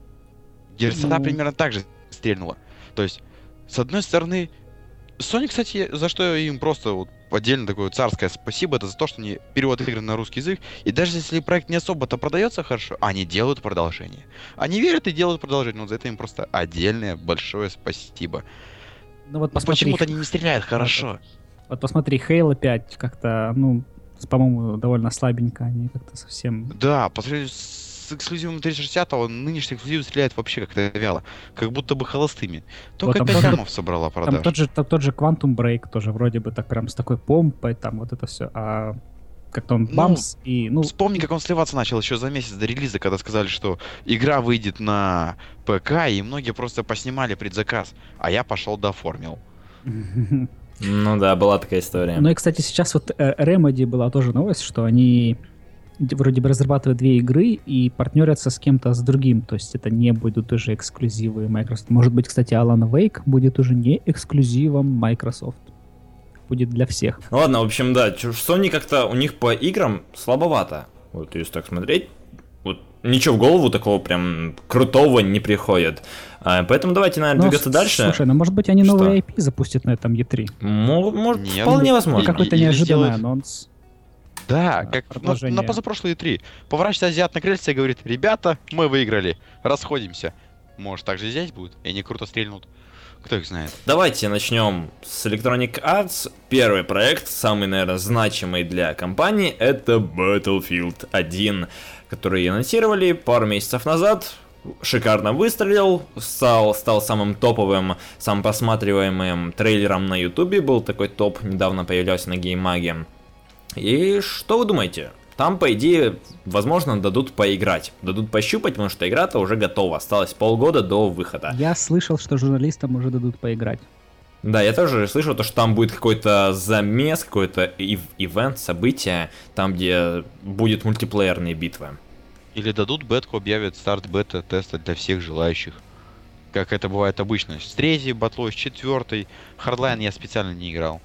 Gears Ну. примерно так же стрельнула. То есть, с одной стороны, Sony, кстати, за что им просто вот отдельно такое царское спасибо, это за то, что они перевод игры на русский язык, и даже если проект не особо-то продается хорошо, они делают продолжение. Они верят и делают продолжение, вот за это им просто отдельное большое спасибо. Ну вот Но посмотри, почему-то они не стреляют хорошо. вот посмотри, Halo пять как-то, ну, с- по-моему, довольно слабенько, они как-то совсем... Да, по сравнению с эксклюзивом триста шестидесятого, нынешний эксклюзив стреляет вообще как-то вяло, как будто бы холостыми. Только там пять тот- лямов собрала Там продаж. тот же, там тот же Quantum Break тоже вроде бы так прям с такой помпой, там вот это все, а как-то он Ну, бамс и, ну, Вспомни, как он сливаться начал еще за месяц до релиза, когда сказали, что игра выйдет на ПК, и многие просто поснимали предзаказ, а я пошел дооформил. Ну да, была такая история. Ну и, кстати, сейчас вот э, Remedy была тоже новость, что они д- вроде бы разрабатывают две игры и партнерятся с кем-то с другим, то есть это не будут уже эксклюзивы Microsoft. Может быть, кстати, Alan Wake будет уже не эксклюзивом Microsoft. Будет для всех. Ну ладно, в общем, да, чё- Sony как-то у них по играм слабовато. Вот если так смотреть, вот ничего в голову такого прям крутого не приходит. А, поэтому давайте, наверное, Ну, двигаться с- дальше. Слушай, ну может быть они Что? новые ай пи запустят на этом и три. Мо- Может, Нет. вполне Или- возможно. или- Какой-то или неожиданный сделают- анонс. Да, А, как на, продолжение. на позапрошлые три. Поворачивается азиат на крыльце и говорит: ребята, мы выиграли, расходимся. Может, так же и здесь будет, и они круто стрельнут. Кто их знает? Давайте начнем с Electronic Arts. Первый проект, самый, наверное, значимый для компании, это Battlefield один, который анонсировали пару месяцев назад. Шикарно выстрелил, стал, стал самым топовым, самым просматриваемым трейлером на ютубе. Был такой топ, недавно появлялся на геймаге. И что вы думаете? Там, по идее, возможно, дадут поиграть, дадут пощупать, потому что игра-то уже готова. Осталось полгода до выхода. Я слышал, что журналистам уже дадут поиграть. Да, я тоже слышал, то, что там будет какой-то замес, какой-то ив- ивент, событие, там, где будет мультиплеерные битвы. Или дадут бетку, объявят старт бета-теста для всех желающих. Как это бывает обычно. С третьей батлой, с четвертой. Hardline я специально не играл.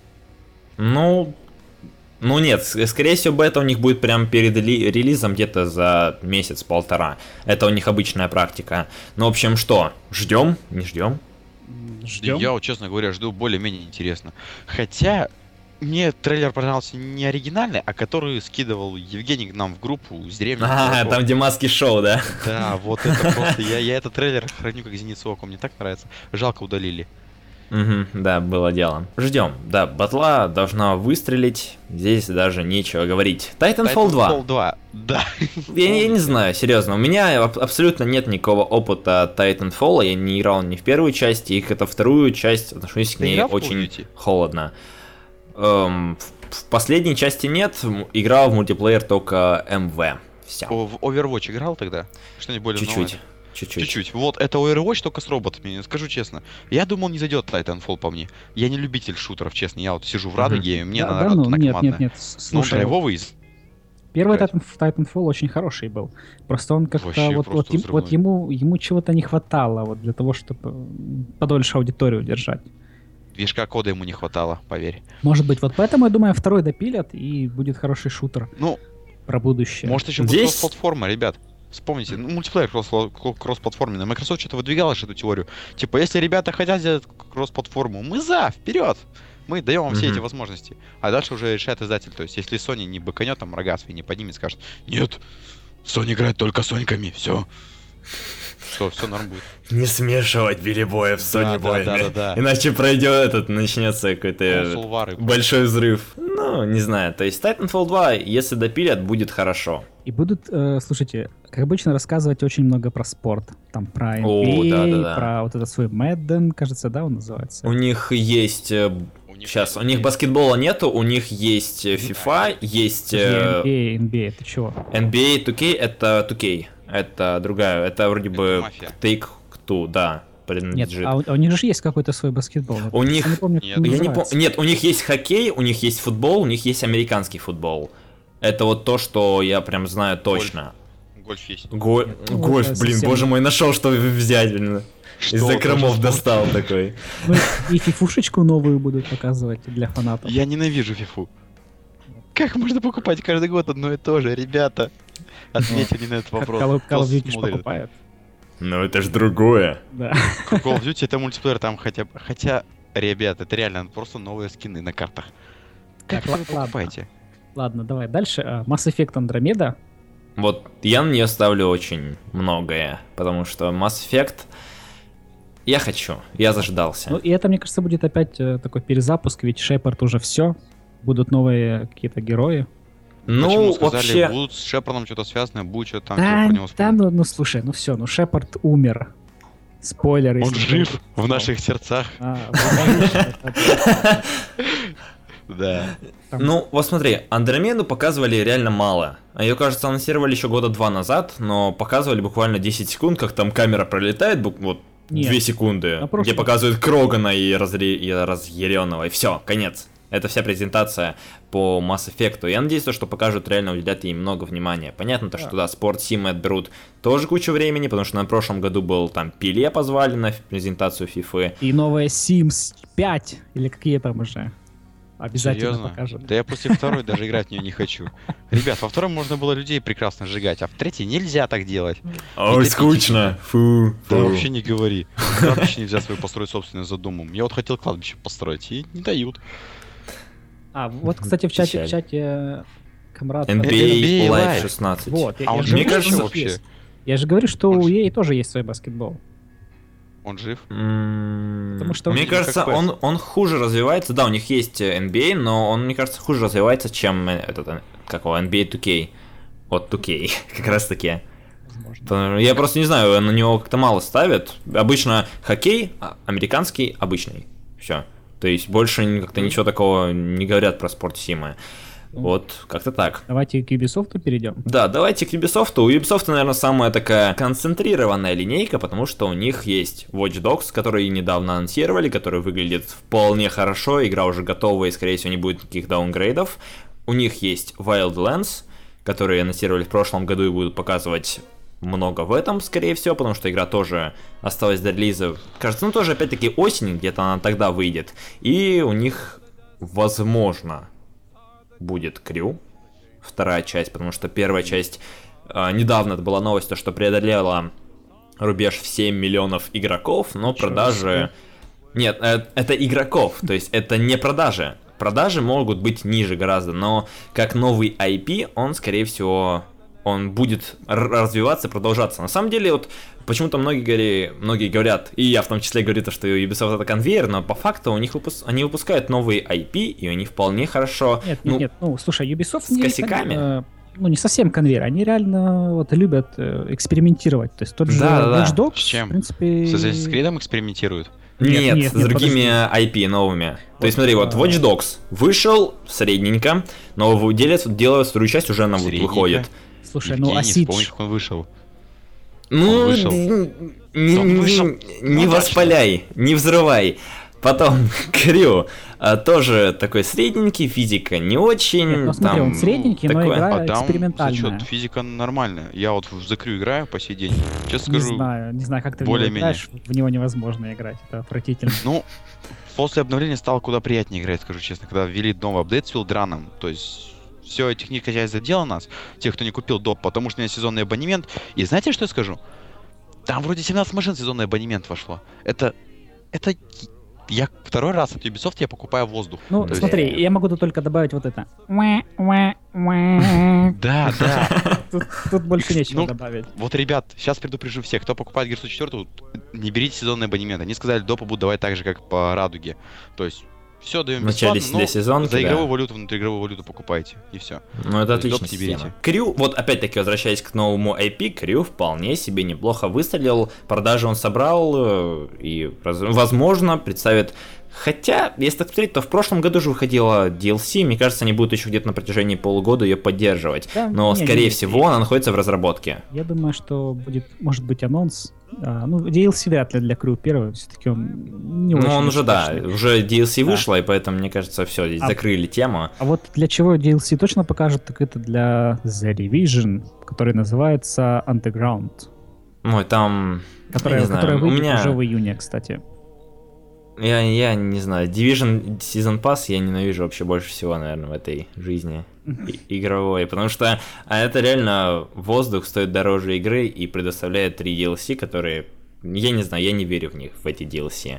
Ну, ну нет, с- скорее всего, бета у них будет прям перед ли- релизом где-то за месяц-полтора. Это у них обычная практика. Ну, в общем, что, ждем, не ждем? Ждем. Я, вот, честно говоря, жду более-менее интересно. Хотя, мне трейлер понравился не оригинальный, а который скидывал Евгений к нам в группу с древним. А, чуваком. там где маски шоу, да? Да, вот это просто. Я, я этот трейлер храню как зеницу ока, мне так нравится. Жалко, удалили. Угу, да, было дело. Ждем. Да, батла должна выстрелить. Здесь даже нечего говорить. Titanfall два. Titanfall два, да. Я, я не знаю, серьезно, у меня аб- абсолютно нет никакого опыта Titanfall, я не играл ни в первую часть, и к это вторую часть отношусь к Ты ней играл в Call of очень Duty? холодно. Эм, в, в последней части нет, м- играл в мультиплеер только эм вэ. Все. О, В Overwatch играл тогда? Что-нибудь более Чуть-чуть. новое? Чуть-чуть. Чуть-чуть. Вот, это Overwatch только с роботами, скажу честно. Я думал, не зайдет Titanfall по мне. Я не любитель шутеров, честно. Я вот сижу в радуге, мне Да, надо да, ну, одна нет, командная. нет, нет, Ну, слушай, драйвовый из- Первый играть. Titan, Titanfall очень хороший был. Просто он как-то Вообще вот, просто вот, им- взрывной. вот ему, ему чего-то не хватало вот для того, чтобы м, подольше аудиторию держать. Движка кода ему не хватало, поверь. Может быть, вот поэтому, я думаю, второй допилят, и будет хороший шутер Ну, про будущее. может еще будет Здесь- кросс-платформа, ребят. Вспомните, ну, мультиплеер кросс- кросс-платформенный. Microsoft что-то выдвигала же эту теорию. Типа, если ребята хотят сделать кросс-платформу, мы за, вперед! Мы даем вам все Мгм. эти возможности. А дальше уже решает издатель. То есть, если Sony не быканет там рога свои, не поднимет, скажет, нет, Sony играет только Соньками, все. Все, все норм будет. Не смешивать билибоев с Да, Sony да, боями. да, да, да. Иначе пройдет этот, начнется какой-то Console War и большой взрыв. Ну, не знаю. То есть Titanfall два, если допилят, будет хорошо. И будут, э, слушайте, как обычно, рассказывать очень много про спорт. Там про эн О, би эй, да-да-да. про вот этот свой Madden, кажется, да, он называется? У них есть... э, У них Сейчас, у есть- них баскетбола нету, у них есть э, FIFA, есть э, эн би эй, эн би эй, ты чего? эн би эй ту кей, это ту кей. Это другая, это вроде Это бы мафия. Take-Two, да, Нет, принадлежит. а у, а у них же есть какой-то свой баскетбол. У Я них- не помню, как Нет, он Я не пом- называется. Нет, у них есть хоккей, у них есть футбол, у них есть американский футбол. Это вот то, что я прям знаю точно. Гольф есть. Го- Ну, Гольф, это блин, совсем- боже мой, нашел, что взять, блин. Что, Из-за тоже кромов спорт? достал такой. Ну, и фифушечку новую будут показывать для фанатов. Я ненавижу фифу. Как можно покупать каждый год одно и то же, ребята? Ответьте мне на этот Как вопрос. Call, Кто Call of Duty ж смотрит? покупают. Ну это ж другое. Да. Call of Duty это мультиплеер, там хотя бы... Хотя, ребят, это реально просто новые скины на картах. Как Так, вы ладно. покупаете? Ладно, давай дальше. А, Mass Effect Andromeda. Вот я на нее ставлю очень многое, потому что Mass Effect я хочу, я заждался. Ну, и это, мне кажется, будет опять э, такой перезапуск, ведь Шепард уже все. Будут новые какие-то герои. Ну, Почему сказали, вообще, будут с Шепардом что-то связанное, будет что-то там, Да, типа, про него да, вспомнить. ну, ну слушай, ну все, ну Шепард умер. Спойлер. Он если жив кто-то в знал. наших сердцах. А, вот, конечно, это- Да. там- ну вот смотри, Андромеду показывали реально мало. Ее, кажется, анонсировали еще года два назад, но показывали буквально десять секунд, как там камера пролетает, бук- вот Нет, две секунды, на прошлом- где показывают Крогана и, разре... и разъяренного, и все, конец. Это вся презентация по Mass Effect. Я надеюсь, то, что покажут, реально уделят ей много внимания. Понятно, то, Да. что да, спорт Симы отберут тоже кучу времени, потому что на прошлом году был там Пеле позвали на ф- презентацию FIFA. И новая Sims пять, или какие там уже. Обязательно Серьезно? покажут. Да я после второй даже играть в нее не хочу. Ребят, во втором можно было людей прекрасно сжигать, а в третьей нельзя так делать. Ой, топите скучно. Фу. Да фу. вообще не говори. Кладбище нельзя свое построить собственно за домом. Я вот хотел кладбище построить, и не дают. А, вот, кстати, в чате, Печаль. в чате э, Камрад... эн би Эн би эй эй Live Live. шестнадцать. Вот, я, А я он же мне говорю, кажется, что вообще. есть. Я же говорю, что Он у ж- и эй тоже есть свой баскетбол. Он жив? М, Потому что мне он- кажется, как пэс. он, он хуже развивается. Да, у них есть э, эн би эй, но он, мне кажется, хуже развивается, чем э, этот, э, как его, эн би эй ту кей. От ту кей, как раз таки. Возможно. Потому- Я просто не знаю, на него как-то мало ставят. Обычно хоккей, а, американский, обычный. Все. То есть больше ни- как-то ничего такого не говорят про спорт Симы. Вот, как-то так. Давайте к Ubisoft перейдем. Да, давайте к Ubisoft. У Ubisoft, наверное, самая такая концентрированная линейка, потому что у них есть Watch Dogs, который недавно анонсировали, который выглядит вполне хорошо, игра уже готова и, скорее всего, не будет никаких даунгрейдов. У них есть Wildlands, который анонсировали в прошлом году и будут показывать много в этом, скорее всего, потому что игра тоже осталась до релиза. Кажется, ну тоже опять-таки осень, где-то она тогда выйдет. И у них, возможно, будет Крю, вторая часть, потому что первая часть, э, недавно это была новость, то, что преодолела рубеж в семь миллионов игроков, но Ничего продажи... Нет, э, это игроков, то есть это не продажи. Продажи могут быть ниже гораздо, но как новый ай пи, он, скорее всего, он будет р- развиваться и продолжаться. На самом деле, вот почему-то многие, говори, многие говорят, и я в том числе говорю, то, что Ubisoft это конвейер, но по факту у них выпус- они выпускают новые ай пи, и они вполне хорошо... Нет, ну, нет, нет, ну, слушай, Ubisoft... с не- косяками. э, ну, не совсем конвейер, они реально вот любят э, экспериментировать. То есть тот же Да-да-да. Watch Dogs, С чем? в принципе... С Assassin's Creed экспериментируют? Нет, Нет, нет, с нет, другими подожди. ай пи новыми. То есть Вот, смотри, вот а- Watch Dogs вышел средненько, но в- делят, делают вторую часть, уже она вот Средненько? выходит. Слушай, ну, Евгений, а Siege... вспомни, как он вышел. Ну, Он вышел. н- не, Он не- вышел. не Ну, воспаляй, не взрывай. Потом Крю, а, тоже такой средненький, физика не очень. Нет, ну, смотри, там, он средненький, но такое. игра А там, экспериментальная. за счет физика нормальная. Я вот в The Crew играю по сей день. Честно Не скажу, знаю, не знаю, как ты в него более-менее. играешь, в него невозможно играть, это отвратительно. ну, после обновления стало куда приятнее играть, скажу честно, когда ввели новый апдейт с филдраном. То есть все, техническая часть задела нас, тех, кто не купил доп, потому что у меня сезонный абонемент. И знаете, что я скажу? Там вроде семнадцать машин сезонный абонемент вошло. Это... Это... Я второй раз от Ubisoft я покупаю воздух. Ну, То смотри, есть- я могу тут только добавить вот это. Да, да. Тут, тут больше нечего Ну, добавить. Вот, ребят, сейчас предупрежу всех, кто покупает Герсу четыре, не берите сезонный абонемент. Они сказали, допы будут давать так же, как по Радуге. То есть, все даем В начале бесплатно, для но сезонки, за игровую да. валюту, внутриигровую валюту покупайте, и все. Ну, это То есть отличная доп не берите. система. Крю, вот опять-таки, возвращаясь к новому ай пи, Крю вполне себе неплохо выстрелил, продажи он собрал, э, и, раз- возможно, представит... Хотя, если так смотреть, то в прошлом году же выходила ди эл си, мне кажется, они будут еще где-то на протяжении полугода ее поддерживать. Да, Но, не, скорее не, всего, не. она находится в разработке. Я думаю, что будет, может быть, анонс. А, ну, ди эл си вряд ли для Crew первого, все-таки он не очень Ну, он уже, да, успешный. уже ди эл си Да. вышло, и поэтому, мне кажется, все, здесь А- закрыли тему. А вот для чего ди эл си точно покажут, так это для The Division, который называется Underground, Ой, там... которая, я не знаю, которая у выйдет меня... уже в июне, кстати. Я, я не знаю, Division Season Pass я ненавижу вообще больше всего, наверное, в этой жизни и- игровой, потому что а это реально воздух стоит дороже игры и предоставляет три ди эл си, которые, я не знаю, я не верю в них, в эти ди эл си.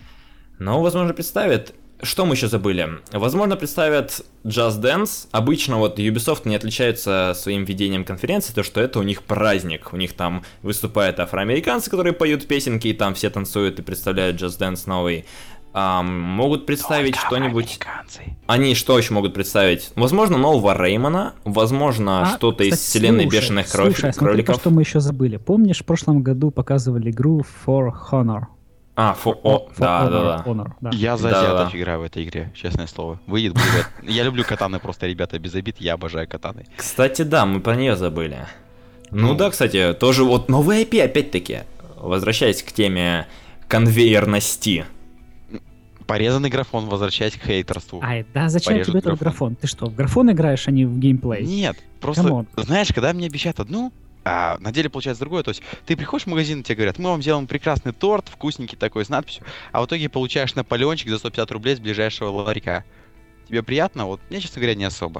Но, возможно, представят. Что мы еще забыли? Возможно, представят Just Dance. Обычно вот Ubisoft не отличается своим ведением конференции, то что это у них праздник. У них там выступают афроамериканцы, которые поют песенки, и там все танцуют и представляют Just Dance новый. Ам, могут представить Только что-нибудь... афроамериканцы. Они что еще могут представить? Возможно, нового Реймона, возможно, А, что-то из кстати, вселенной слушай, бешеных кролик- слушай, смотри, кроликов. что мы еще забыли. Помнишь, в прошлом году показывали игру For Honor? А, фо- о, For да, Honor, да, да. Honor, да. Я за Да-да-да. азиатов играю в этой игре, честное слово. Выйдет, будет. Я люблю катаны просто, ребята, без обид, я обожаю катаны. Кстати, да, мы про нее забыли. Ну, Ну. да, кстати, тоже вот новый ай пи, опять-таки. Возвращаясь к теме конвейерности. Порезанный графон, возвращаясь к хейтерству. Ай, да зачем Порежут тебе этот графон. графон? Ты что, в графон играешь, а не в геймплей? Нет, просто, Камон. знаешь, когда мне обещают одну, а на деле получается другое. То есть ты приходишь в магазин, и тебе говорят, мы вам сделаем прекрасный торт, вкусненький такой, с надписью, а в итоге получаешь Наполеончик за сто пятьдесят рублей с ближайшего ларька. Тебе приятно? Вот мне, честно говоря, не особо.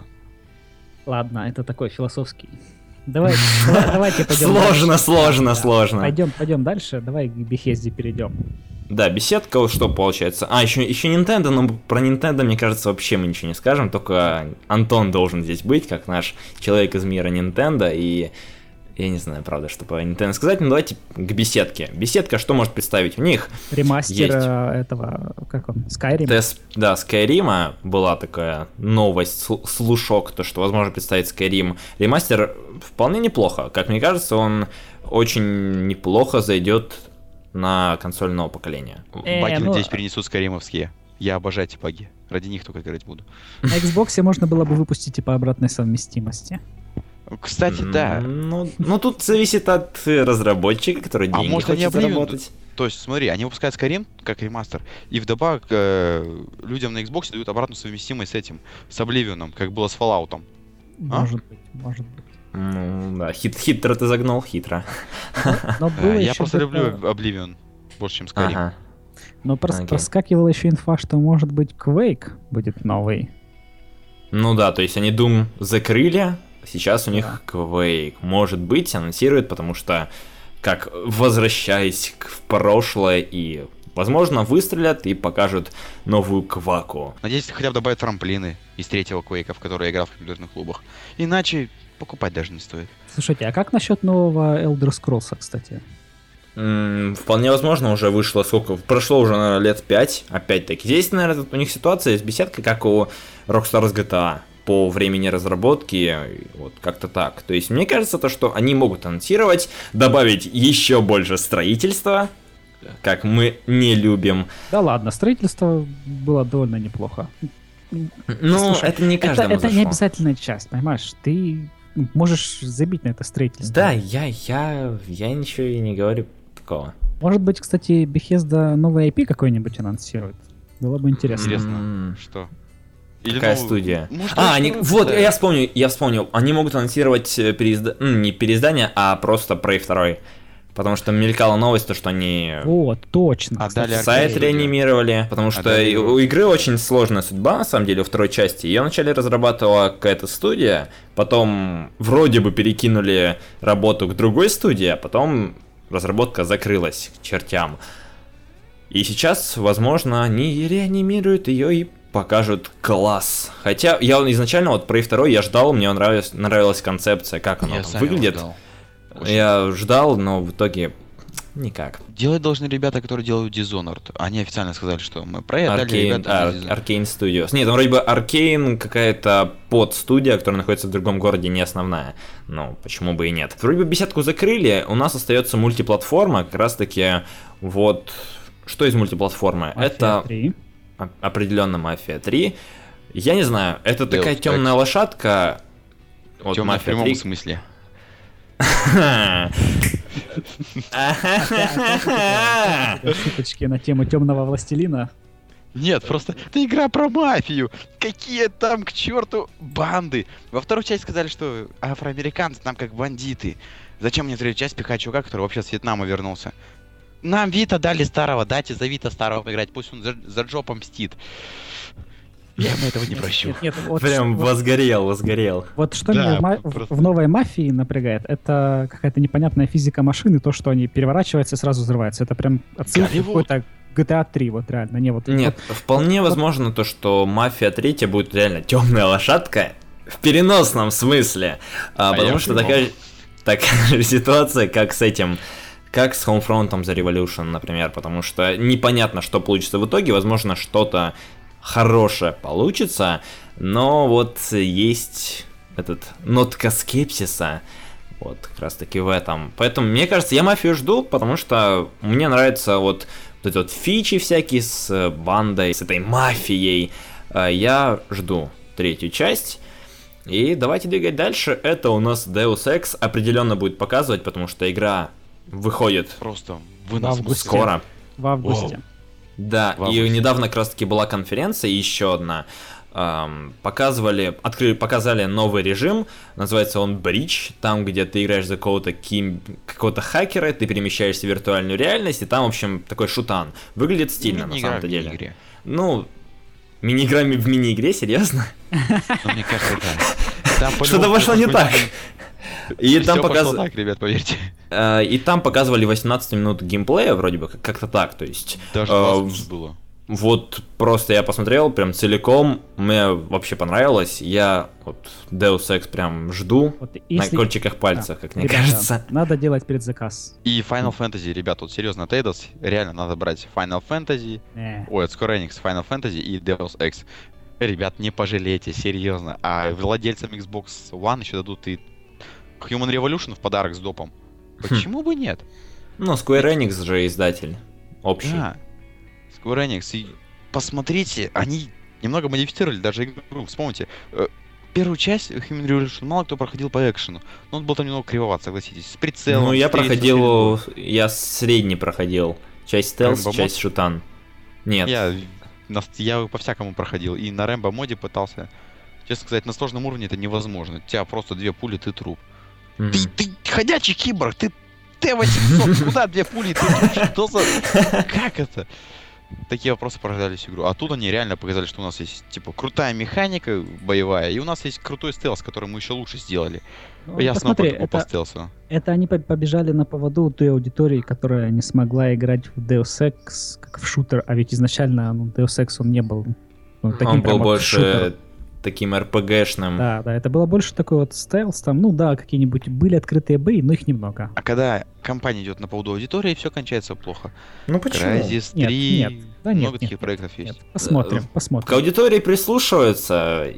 Ладно, это такой философский. Давай, давай- давайте пойдем Сложно, дальше. сложно, Да, сложно. Пойдем, пойдем дальше, давай к Bethesda перейдем. Да, беседка, что получается? А, еще, еще Nintendo, но про Nintendo, мне кажется, вообще мы ничего не скажем, только Антон должен здесь быть, как наш человек из мира Nintendo, и я не знаю, правда, что по Nintendo сказать, но давайте к беседке. Беседка что может представить? У них Ремастер Есть. э, этого, как он, Skyrim? тест, да, Skyrim была такая новость, сл- слушок, то, что возможно представить Skyrim. Ремастер вполне неплохо, как мне кажется, он очень неплохо зайдет на консоль нового поколения. Э, Баги, ну- надеюсь, перенесут скайримовские. Я обожаю эти баги. Ради них только играть буду. На Xbox можно было бы выпустить и по обратной совместимости. Кстати, да. Ну, ну, тут зависит от э, разработчика, который А деньги может, они хочет Oblivion заработать. То есть, смотри, они выпускают Skyrim как ремастер, и вдобавок э, людям на Xbox дают обратную совместимость с этим, с Oblivion, как было с Fallout. А? Может быть, может быть. Ну, да, хит, хитро ты загнул, хитро. Но было Э, Я еще просто где-то- люблю Oblivion больше, чем Skyrim. Ага. Но прос- Окей. проскакивала еще инфа, что может быть Quake будет новый. Ну да, то есть они Doom закрыли, сейчас у них Да. Quake. Может быть, анонсируют, потому что, как возвращаясь к- в прошлое, и, возможно, выстрелят и покажут новую Кваку. Надеюсь, хотя бы добавят трамплины из третьего Quake, в который я играл в компьютерных клубах. Иначе покупать даже не стоит. Слушайте, а как насчет нового Elder Scrolls, кстати? М, Вполне возможно, уже вышло сколько? Прошло уже, наверное, лет пять. Опять-таки, здесь, наверное, у них ситуация с беседкой, как у Rockstar с джи ти эй. По времени разработки, вот как-то так. То есть, мне кажется, то, что они могут анонсировать, добавить еще больше строительства, как мы не любим. Да ладно, строительство было довольно неплохо. Ну, Слушай, это не Это, каждому это не зашло. обязательная часть, понимаешь? Ты можешь забить на это строительство. Да, я, я, я ничего и не говорю такого. Может быть, кстати, Bethesda новый ай пи какой-нибудь анонсирует. Было бы интересно. Интересно, М. что? Или, Какая ну, студия? может, А, очень они, круто, вот, да. я вспомнил, я вспомнил. Они могут анонсировать э, переизда... ну, не переиздание, а просто Prey два. Потому что мелькала новость, то, что они Вот, точно. А Кстати, далее сайт Аркейн. реанимировали, потому что далее и- у игры очень сложная судьба, на самом деле, у второй части. Ее вначале разрабатывала какая-то студия, потом вроде бы перекинули работу к другой студии, а потом разработка закрылась к чертям. И сейчас, возможно, они реанимируют ее и покажут класс. Хотя я изначально вот про два я ждал, мне нравилась, нравилась концепция, как оно Я там сам его выглядит. ждал. Очень. Я ждал, но в итоге никак. Делать должны ребята, которые делают Dishonored. Они официально сказали, что мы про это, далее Arcane, ребята а, из Dishonored. Arcane Studios. Нет, там вроде бы Arcane какая-то подстудия, которая находится в другом городе, не основная. Ну, почему бы и нет. Вроде бы беседку закрыли, у нас остается мультиплатформа, как раз таки вот... Что из мультиплатформы? Мафия Это три. о- определенно Мафия три. Я не знаю, это Deus такая Ex. темная лошадка. Вот Тёмно в Мафия прямом три. смысле. Шуточки на тему темного властелина. Нет, просто это игра про мафию. Какие там к черту банды. Во второй части сказали, что афроамериканцы там как бандиты. Зачем мне третью часть пихать чувака, который вообще с Вьетнама вернулся? Нам Вита дали старого, дайте за Вита старого поиграть, пусть он за, за Джопом мстит. Я ему этого не прощу. Нет, нет, вот, Прям вот- возгорел, возгорел. вот что Да, меня в, ма- просто. в новой мафии напрягает, это какая-то непонятная физика машины, то, что они переворачиваются и сразу взрываются. Это прям отсылка Голливуд. какой-то джи ти эй три, вот реально. Не, вот, Нет, вполне возможно то, что Мафия три будет реально темная лошадка в переносном смысле. А, А потому я что понимал. такая, такая же ситуация, как с этим, как с Homefront The Revolution, например, потому что непонятно, что получится в итоге, возможно, что-то хорошее получится, но вот есть этот нотка скепсиса, вот как раз таки в этом. Поэтому, мне кажется, я Мафию жду, потому что мне нравятся вот, вот эти вот фичи всякие с бандой, с этой мафией. А, Я жду третью часть. И давайте двигать дальше. Это у нас Deus Ex определенно будет показывать, потому что игра выходит Просто вынос августе. мозга. скоро. в августе. Вау. Да, В и августе. недавно как раз таки была конференция, еще одна. Эм, показывали, открыли, показали новый режим, называется он Breach, там, где ты играешь за какого-то, ким, какого-то хакера, ты перемещаешься в виртуальную реальность, и там, в общем, такой шутан. Выглядит стильно, на Мини-игра самом-то в деле. мини-игре. Ну, мини-игра ми- в мини-игре, серьезно? Ну, мне кажется, да. Там Что-то по-любому пошло не какой-то- так. И там Всё пошло показывали... так, ребят, поверьте. Э, И там показывали восемнадцать минут геймплея, вроде бы, как- как-то так, то есть... Даже э, двадцать было. Вот просто я посмотрел прям целиком, мне вообще понравилось, я вот Deus Ex прям жду Вот на если- кончиках пальцев, как мне Ребята, кажется. надо делать предзаказ. И Final Fantasy, ребят, вот серьезно, Тейдос, реально надо брать Final Fantasy, Э, ой, от Square Enix, Final Fantasy и Deus Ex. Ребят, не пожалейте, серьезно. А владельцам Xbox One еще дадут и Human Revolution в подарок с допом. Почему бы нет? Ну, Square Enix же издатель общий. Да. Square Enix. И посмотрите, они немного модифицировали даже игру. Вспомните, э, первую часть Human Revolution мало кто проходил по экшену. Но он был там немного кривоват, согласитесь. С прицелом. Ну, я с тридцать проходил, я средний проходил. Часть стелс, Рэмбо часть мод? шутан. Нет. Я, на- я по-всякому проходил. И на Рэмбо моде пытался. Честно сказать, на сложном уровне это невозможно. У тебя просто две пули, ты труп. Мгм. Ты, ты ходячий киборг, ты Т восемьсот, куда две пули, ты труп? Что за... Как это? Такие вопросы порождались в игру. А тут они реально показали, что у нас есть, типа, крутая механика боевая, и у нас есть крутой стелс, который мы еще лучше сделали. ну, Я снова посмотри, подумал по это, стелсу. это они по- побежали на поводу той аудитории, которая не смогла играть в Deus Ex как в шутер, а ведь изначально ну, Deus Ex он не был ну, таким Он прям был вот шутером. больше таким эр пи джешным. Да, да, это было больше такой вот стелс, там, ну да, какие-нибудь были открытые бои, но их немного. А когда компания идет на поводу аудитории, все кончается плохо. Ну почему? Crysis Нет, три, нет, да нет, много нет, таких нет, проектов Нет, есть. посмотрим, К посмотрим. аудитории прислушиваются,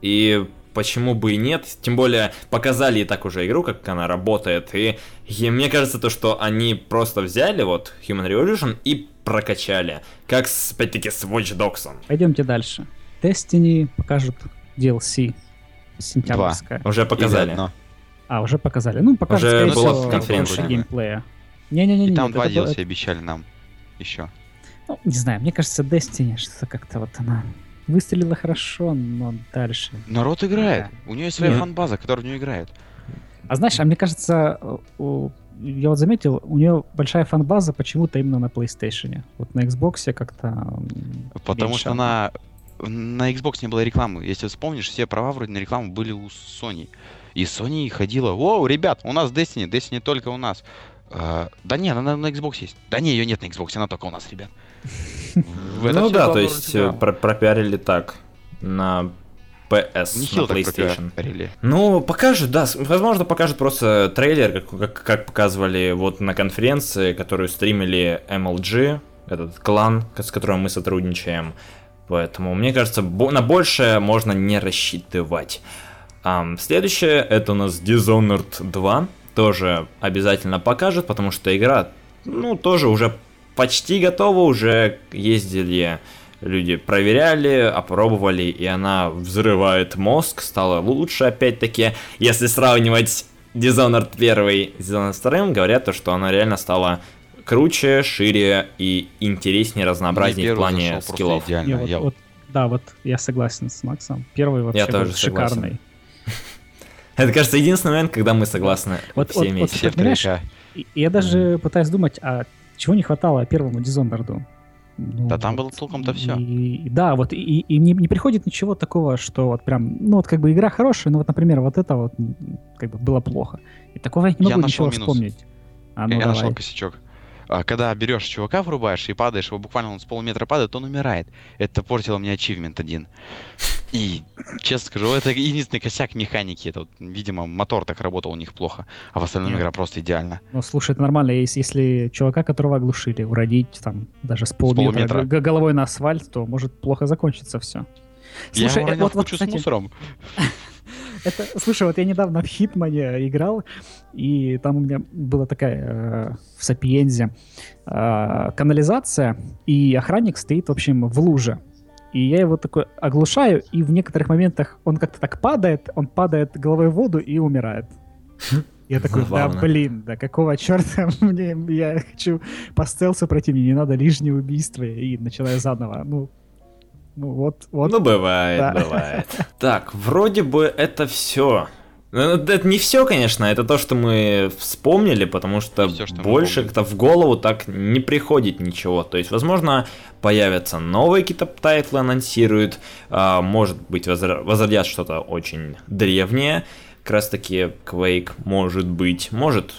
и почему бы и нет. Тем более показали и так уже игру, как она работает. И, и мне кажется, то, что они просто взяли вот Human Revolution и прокачали. Как, с, опять-таки, с Watch Dogs. Пойдемте дальше. Destiny покажут ди эл си сентябрьская. Уже показали. И одно. А, уже показали. Ну, покажут, Уже скорее была всего, конференция. больше геймплея. Не-не-не. И там нет, два это было- ди эл си обещали нам еще. Ну, не знаю, мне кажется, Destiny что-то как-то вот она выстрелила хорошо, но дальше... Народ играет. Да. У нее есть своя Нет. фан-база, которая в нее играет. А знаешь, а мне кажется, у- я вот заметил, у нее большая фан-база почему-то именно на PlayStation. Вот на Xbox как-то м, Потому меньше. что на, на Xbox не было рекламы. Если вспомнишь, все права вроде на рекламу были у Sony. И Sony ходила: «Воу, ребят, у нас Destiny, Destiny только у нас». А, да не, она на Xbox есть. Да не, ее нет на Xbox, она только у нас, ребят. В это Ну всё да, была то вроде есть да. э, про- пропиарили так на пи эс, на Нехило так PlayStation. пропиарили. Ну, покажут, да, с- возможно, покажут просто трейлер, как, как, как показывали вот на конференции, которую стримили эм эл джи, этот клан, с которым мы сотрудничаем. Поэтому, мне кажется, бо- на большее можно не рассчитывать. Ам, следующее, это у нас Dishonored два, тоже обязательно покажут, потому что игра, ну, тоже уже почти готова, уже ездили люди, проверяли, опробовали, и она взрывает мозг, стала лучше, опять-таки. Если сравнивать Dishonored один с Dishonored два, говорят то, что она реально стала круче, шире и интереснее, разнообразнее в Мне первый плане зашел просто скиллов. идеально. Не, вот- Я вот, да, вот я согласен с Максом. Первый вообще тоже был согласен. шикарный. Это, кажется, единственный момент, когда мы согласны Вот- все вот- вот вместе. все понимаешь, вторяка. И я даже пытаюсь думать, а чего не хватало первому Dishonored? Ну, Да там вот, было толком-то всё. И, и да, вот и, и не, не приходит ничего такого, что вот прям, ну вот как бы игра хорошая, но вот, например, вот это вот м, как бы было плохо. И такого я не Я могу нашел ничего минус. вспомнить. А, ну Я давай. нашел косячок. А, когда берешь чувака, врубаешь и падаешь, его буквально он с полуметра падает, он умирает. Это портило мне ачивмент один. И, честно скажу, это единственный косяк механики. Это, вот, видимо, мотор так работал у них плохо, а в остальном Нет. игра просто идеальна. Ну, слушай, это нормально, если, если чувака, которого оглушили, уродить там даже с полметра, полуметра. г- головой на асфальт, то может плохо закончиться все. Я Слушай, его э, ронял вот, в вот, кучу кстати, с мусором. это, слушай, вот я недавно в Хитмане играл, и там у меня была такая э, в Сапиензе э, канализация, и охранник стоит, в общем, в луже. И я его такой оглушаю, и в некоторых моментах он как-то так падает, он падает головой в воду и умирает. Я такой, да Забавно. блин, да какого черта мне, я хочу по стелсу пройти, мне не надо лишнее убийство, и начинаю заново. Ну, ну вот, вот. Ну, бывает, Да. бывает. Так, вроде бы это все. Это не все, конечно, это то, что мы вспомнили, потому что Всё, что мы больше помним. как-то в голову так не приходит ничего. То есть, возможно, появятся новые какие-то тайтлы, анонсируют, а, может быть, возра- возродят что-то очень древнее. Как раз таки Quake может быть, может,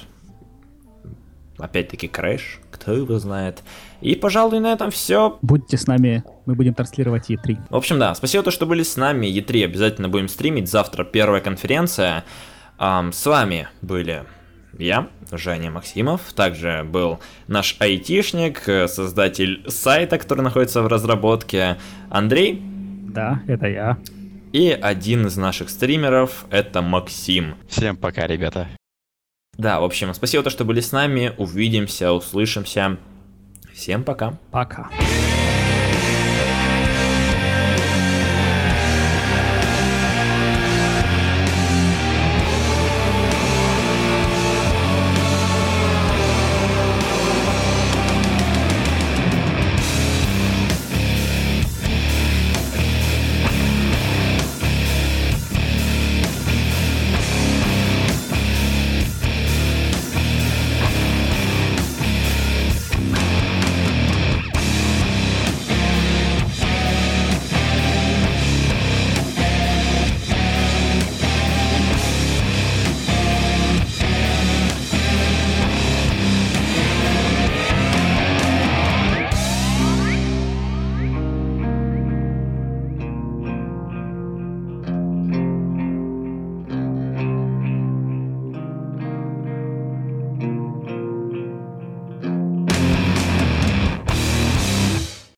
опять-таки, Crash, кто его знает. И, пожалуй, на этом все. Будьте с нами, мы будем транслировать и три. В общем, да, спасибо, то, что были с нами. и три обязательно будем стримить. Завтра первая конференция. Ам, с вами были я, Женя Максимов. Также был наш айтишник, э, создатель сайта, который находится в разработке, Андрей. Да, это я. И один из наших стримеров, это Максим. Всем пока, ребята. Да, в общем, спасибо, то, что были с нами. Увидимся, услышимся. Всем пока. Пока.